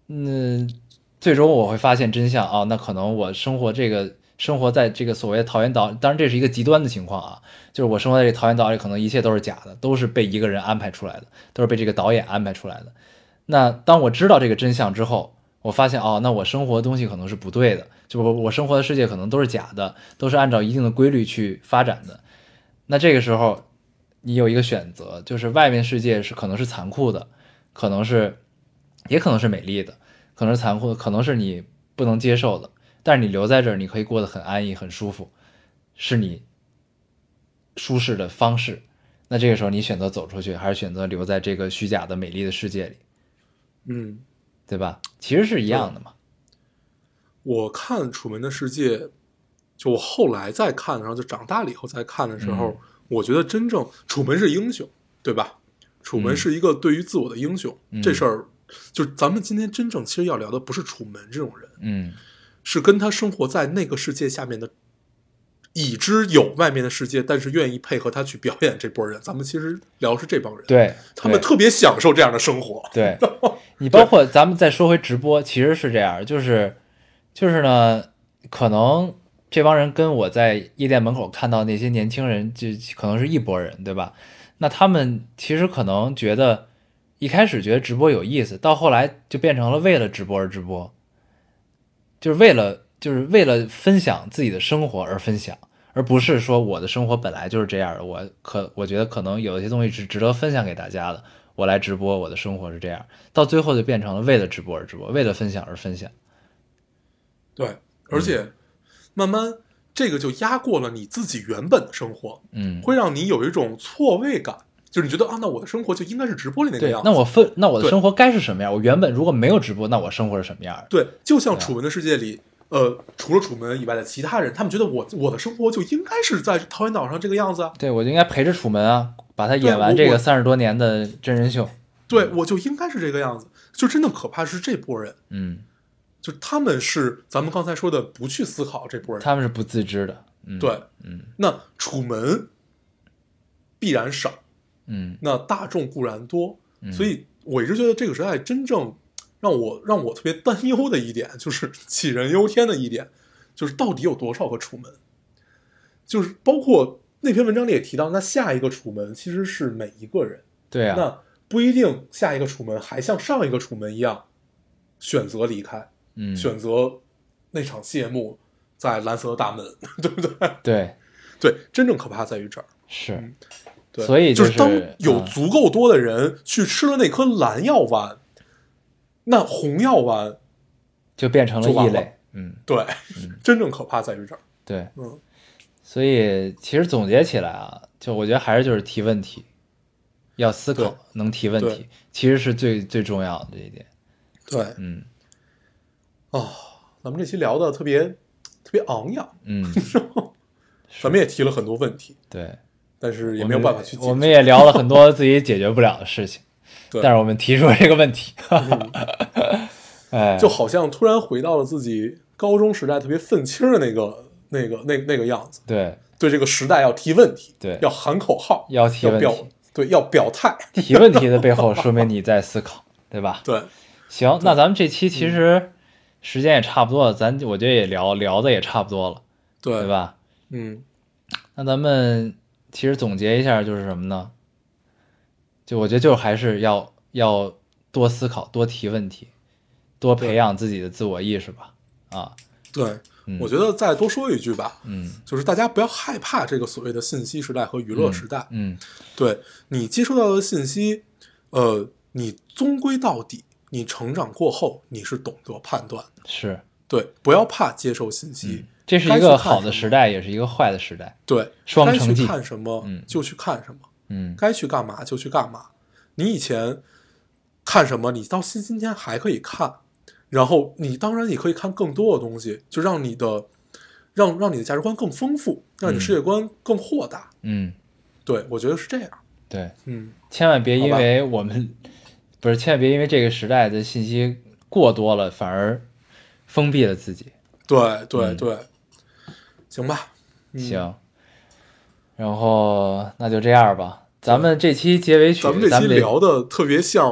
嗯，最终我会发现真相啊，那可能我生活这个生活在这个所谓的桃源岛，当然这是一个极端的情况啊，就是我生活在这个桃源岛里，可能一切都是假的，都是被一个人安排出来的，都是被这个导演安排出来的。那当我知道这个真相之后，我发现哦，那我生活的东西可能是不对的，就我我生活的世界可能都是假的，都是按照一定的规律去发展的。那这个时候，你有一个选择，就是外面世界是可能是残酷的，可能是，也可能是美丽的，可能是残酷的，可能是你不能接受的。但是你留在这儿，你可以过得很安逸、很舒服，是你舒适的方式。那这个时候，你选择走出去，还是选择留在这个虚假的美丽的世界里？ 嗯， 对吧？其实是一样的嘛。 我看《楚门的世界》，就我后来再看，然后就长大了以后再看的时候，嗯、我觉得真正楚门是英雄，对吧？楚门是一个对于自我的英雄，嗯、这事儿就咱们今天真正其实要聊的不是楚门这种人， 嗯， 是跟他生活在那个世界下面的，已知有外面的世界，但是愿意配合他去表演这波人。咱们其实聊的是这帮人， 对， 他们特别享受这样的生活。 对，你包括咱们再说回直播，其实是这样，就是就是呢，可能这帮人跟我在夜店门口看到那些年轻人，就可能是一拨人，对吧？那他们其实可能觉得一开始觉得直播有意思，到后来就变成了为了直播而直播，就是为了就是为了分享自己的生活而分享，而不是说我的生活本来就是这样的，我可我觉得可能有一些东西是值得分享给大家的，我来直播，我的生活是这样，到最后就变成了为了直播而直播，为了分享而分享。 对，而且慢慢这个就压过了你自己原本的生活，嗯，会让你有一种错位感，就是你觉得啊，那我的生活就应该是直播里那个样子。 对，那我分，那我的生活该是什么样？我原本如果没有直播，那我生活是什么样？ 对，就像《楚门的世界》里，呃，除了楚门以外的其他人，他们觉得我我的生活就应该是在桃源岛上这个样子啊。 对，我就应该陪着楚门啊，把他演完这个三十多年的真人秀。 对，我就应该是这个样子。就真的可怕是这波人， 嗯， 就他们是咱们刚才说的不去思考这波人， 他们是不自知的。嗯、 对， 嗯， 那楚门必然少， 嗯， 那大众固然多， 嗯、 所以我一直觉得这个时代真正让我让我特别担忧的一点，就是杞人忧天的一点，就是到底有多少个楚门？就是包括那篇文章里也提到，那下一个楚门其实是每一个人， 对啊， 那不一定下一个楚门还像上一个楚门一样选择离开， 嗯， 选择那场谢幕在蓝色的大门，对不对？ 对， 对，真正可怕在于这儿， 是， 嗯、对， 所以、 就是、就是当有足够多的人去吃了那颗蓝药丸。嗯，那红药丸就变成了异类，嗯， 对， 嗯， 真正可怕在于这儿， 对， 嗯， 所以其实总结起来啊，就我觉得还是就是提问题，要思考，能提问题，其实是最最重要的这一点， 对， 嗯， 啊、哦，咱们这期聊的特别特别昂扬， 嗯， 咱们也提了很多问题， 对， 但是也没有办法去解决， 我们也聊了很多自己解决不了的事情。但是我们提出了这个问题， 嗯、 哎， 就好像突然回到了自己高中时代特别愤青的那个、那个、那那个样子。 对， 对这个时代要提问题， 对， 要喊口号， 要提问题， 对，要表态。 提问题的背后，说明你在思考，对吧？ 对， 行，那咱们这期其实时间也差不多了，咱我觉得也聊聊的也差不多了， 对， 对吧？ 嗯， 那咱们其实总结一下，就是什么呢？就我觉得，就还是要要多思考，多提问题，多培养自己的自我意识吧。啊， 对， 嗯、 我觉得再多说一句吧， 嗯， 就是大家不要害怕这个所谓的信息时代和娱乐时代。 嗯，嗯对你接收到的信息，呃，你终归到底，你成长过后，你是懂得判断的。 是， 对，不要怕接受信息。 嗯这是一个好的时代，也是一个坏的时代。 对， 双城记。 该去看什么、嗯、就去看什么， 嗯， 该去干嘛就去干嘛。你以前看什么，你到今今天还可以看，然后你当然也可以看更多的东西，就让你的让让你的价值观更丰富，让你的世界观更豁达。 嗯， 对，我觉得是这样。 对， 嗯， 千万别因为我们不是，千万别因为这个时代的信息过多了，反而封闭了自己。 对对对。嗯行吧、嗯， 行，然后那就这样吧。咱们这期结尾曲， 咱们这期聊的特别像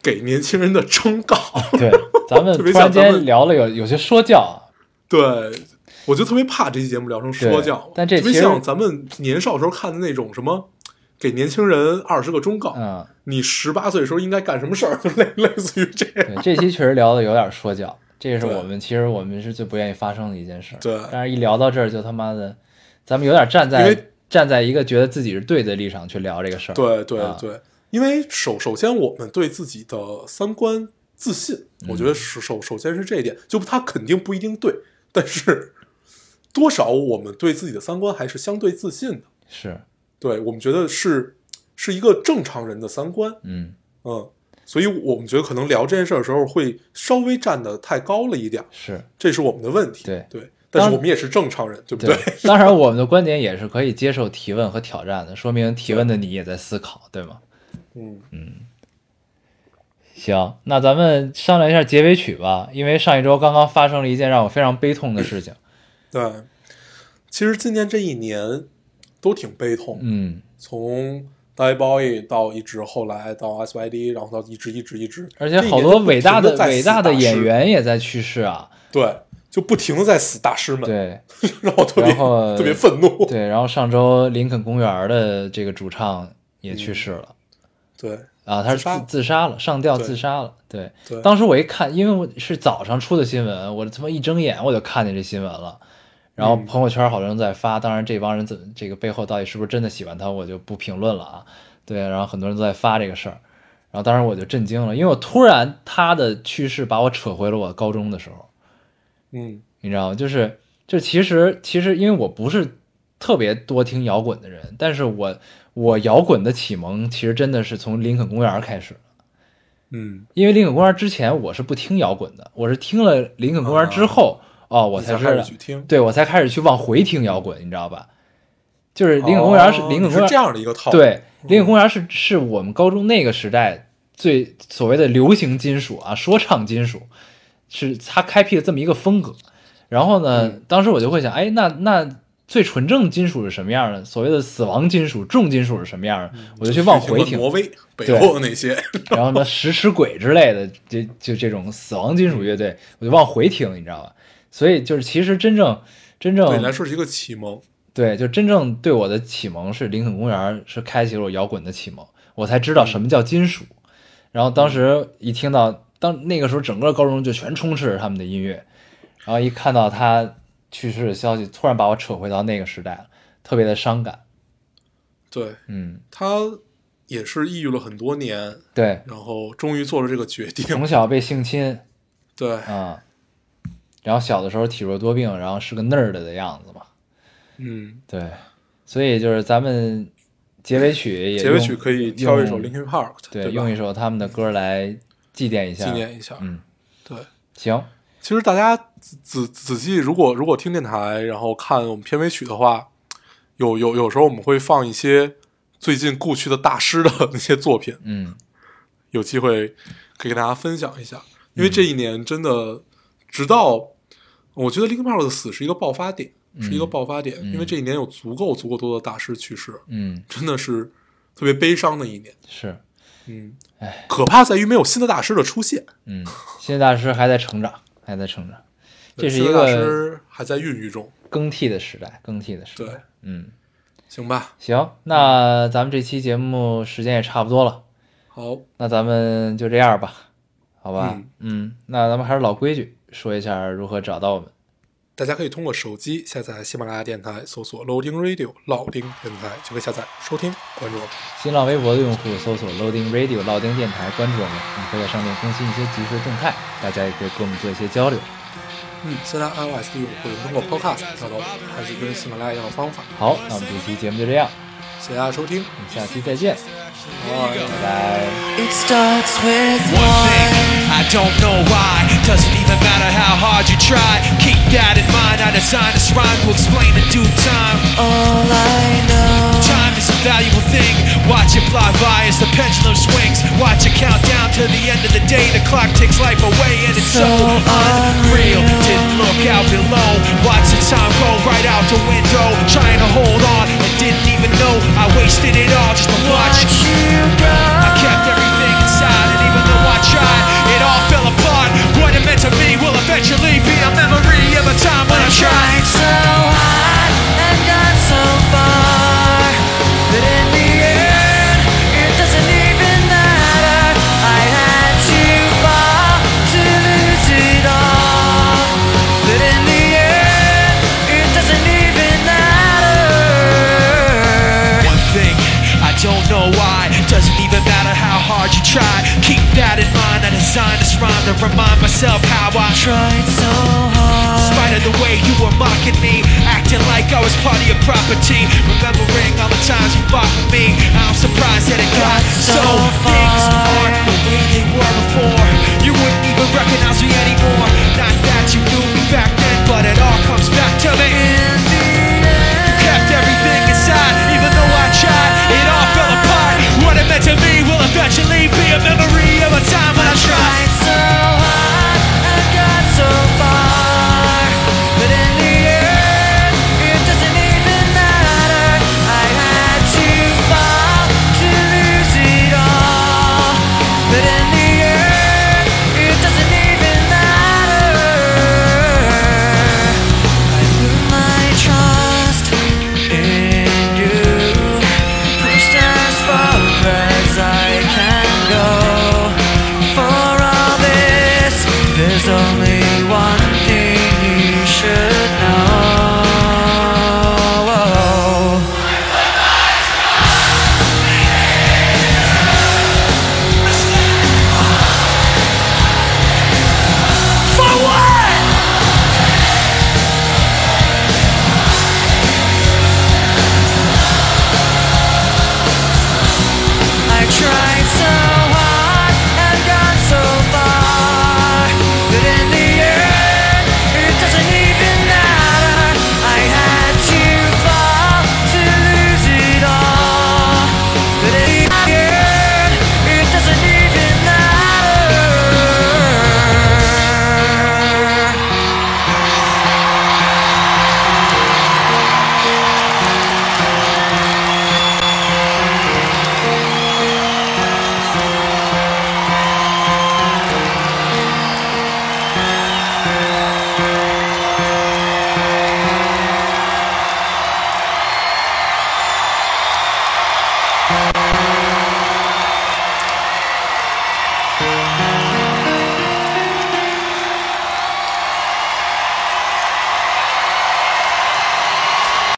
给年轻人的忠告。 对，咱们突然间聊了有有些说教啊。 对，我就特别怕这期节目聊成说教， 但这特别像咱们年少时候看的那种什么。给年轻人二十个忠告，嗯，你十八岁的时候应该干什么事儿，类类似于这样。 对，这期确实聊的有点说教，这是我们其实我们是最不愿意发生的一件事。 对， 但是一聊到这儿就他妈的，咱们有点站在站在一个觉得自己是对的立场去聊这个事儿。 对对对， 啊、 因为首首先我们对自己的三观自信， 嗯、 我觉得首首首先是这一点，就他肯定不一定对，但是多少我们对自己的三观还是相对自信的。 是。 对，我们觉得是是一个正常人的三观， 嗯嗯，所以我们觉得可能聊这件事的时候会稍微站得太高了一点， 是， 这是我们的问题。 对对，但是我们也是正常人，对不对？ 对当然，我们的观点也是可以接受提问和挑战的，说明提问的你也在思考，对吗？ 嗯嗯。行，那咱们商量一下结尾曲吧，因为上一周刚刚发生了一件让我非常悲痛的事情。 对，其实今年这一年。都挺悲痛， 嗯， 从 David Bowie 到一直后来到 S Y D， 然后到一直一直一直， 而且好多伟大的伟大的演员也在去世啊， 对，就不停的在死大师们， 对， 让我特别特别愤怒， 对，然后上周林肯公园的这个主唱也去世了， 嗯、对， 啊，他是自自杀了，上吊自杀了，对， 对， 当时我一看，因为我是早上出的新闻，我他妈一睁眼我就看见这新闻了。然后朋友圈好多人在发，当然这帮人怎这个背后到底是不是真的喜欢他，我就不评论了啊。对，然后很多人都在发这个事儿，然后当时我就震惊了，因为我突然他的去世把我扯回了我高中的时候， 嗯， 你知道吗？就是就其实其实因为我不是特别多听摇滚的人，但是我我摇滚的启蒙其实真的是从林肯公园开始的， 嗯， 因为林肯公园之前我是不听摇滚的，我是听了林肯公园之后。啊哦，我才知道，对我才开始去往回听摇滚，你知道吧？就是林肯公园是、哦、林肯公园是这样的一个套路， 对，林肯公园是是我们高中那个时代最所谓的流行金属啊，说唱金属，是他开辟了这么一个风格。然后呢， 嗯、 当时我就会想，哎，那那最纯正金属是什么样的？所谓的死亡金属、重金属是什么样的？嗯、我就去往回听。 挪威、北欧那些， 然后呢，食尸鬼之类的，就就这种死亡金属乐队，我就往回听，你知道吧？所以就是，其实真正真正对你来说是一个启蒙， 对，就真正对我的启蒙是林肯公园，是开启了我摇滚的启蒙，我才知道什么叫金属。嗯、然后当时一听到，当那个时候整个高中就全充斥着他们的音乐，然后一看到他去世的消息，突然把我扯回到那个时代了，特别的伤感。 对， 嗯， 他也是抑郁了很多年， 对， 然后终于做了这个决定。 从小被性侵， 对， 啊、嗯。然后小的时候体弱多病，然后是个 nerd 的样子嘛， 嗯， 对，所以就是咱们结尾曲也结尾曲可以挑一首 Linkin Park， 对， 对， 用一首他们的歌来祭奠一下， 纪念一下， 嗯， 对， 行。 其实大家仔仔细，如果如果听电台，然后看我们片尾曲的话，有有有时候我们会放一些最近故去的大师的那些作品， 嗯， 有机会可以跟大家分享一下，因为这一年真的。直到我觉得 Linkin Park 的死是一个爆发点， 嗯、 是一个爆发点、 嗯， 因为这一年有足够足够多的大师去世， 嗯， 真的是特别悲伤的一年。 是， 嗯， 哎， 可怕在于没有新的大师的出现。 嗯，新的大师还在成长，还在成长，这是一个大师还在孕育中， 更替的时代，更替的时代。 对， 嗯， 行吧， 行，那咱们这期节目时间也差不多了， 好， 那咱们就这样吧，好吧， 嗯， 嗯那咱们还是老规矩。说一下如何找到我们。 大家可以通过手机下载喜马拉雅电台，搜索 Loading Radio 老丁电台就可以下载收听，关注我们。 新浪微博的用户搜索 Loading Radio 老丁电台，关注我们，我们会在上面更新一些即时动态，大家也可以跟我们做一些交流。 嗯，现在 iOS 的用户通过 Podcast 找到我们，还是跟喜马拉雅一样的方法。 好，那我们这期节目就这样， 谢谢大家收听， 我们下期再见， 拜拜。 It starts with one thing, I don't know why, doesn't even matter how hard you try. Keep that in mind, I designed this rhyme to explain in due time. All I know, time is a valuable thing. Watch it fly by as the pendulum swings. Watch it count down to the end of the day. The clock takes life away and it's so, so unreal. Didn't look out below, watch the time go right out the window. Trying to hold on and didn't even know I wasted it all just to watch, watch you go. I kept everything inside and even though I designed this rhyme to remind myself how I tried so hard. In spite of the way you were mocking me, acting like I was part of your property, remembering all the times you fought with me. I'm surprised that it got so far. Things aren't the way they were before. You wouldn't even recognize me anymore. Not that you knew me back then, but it all comes back to me.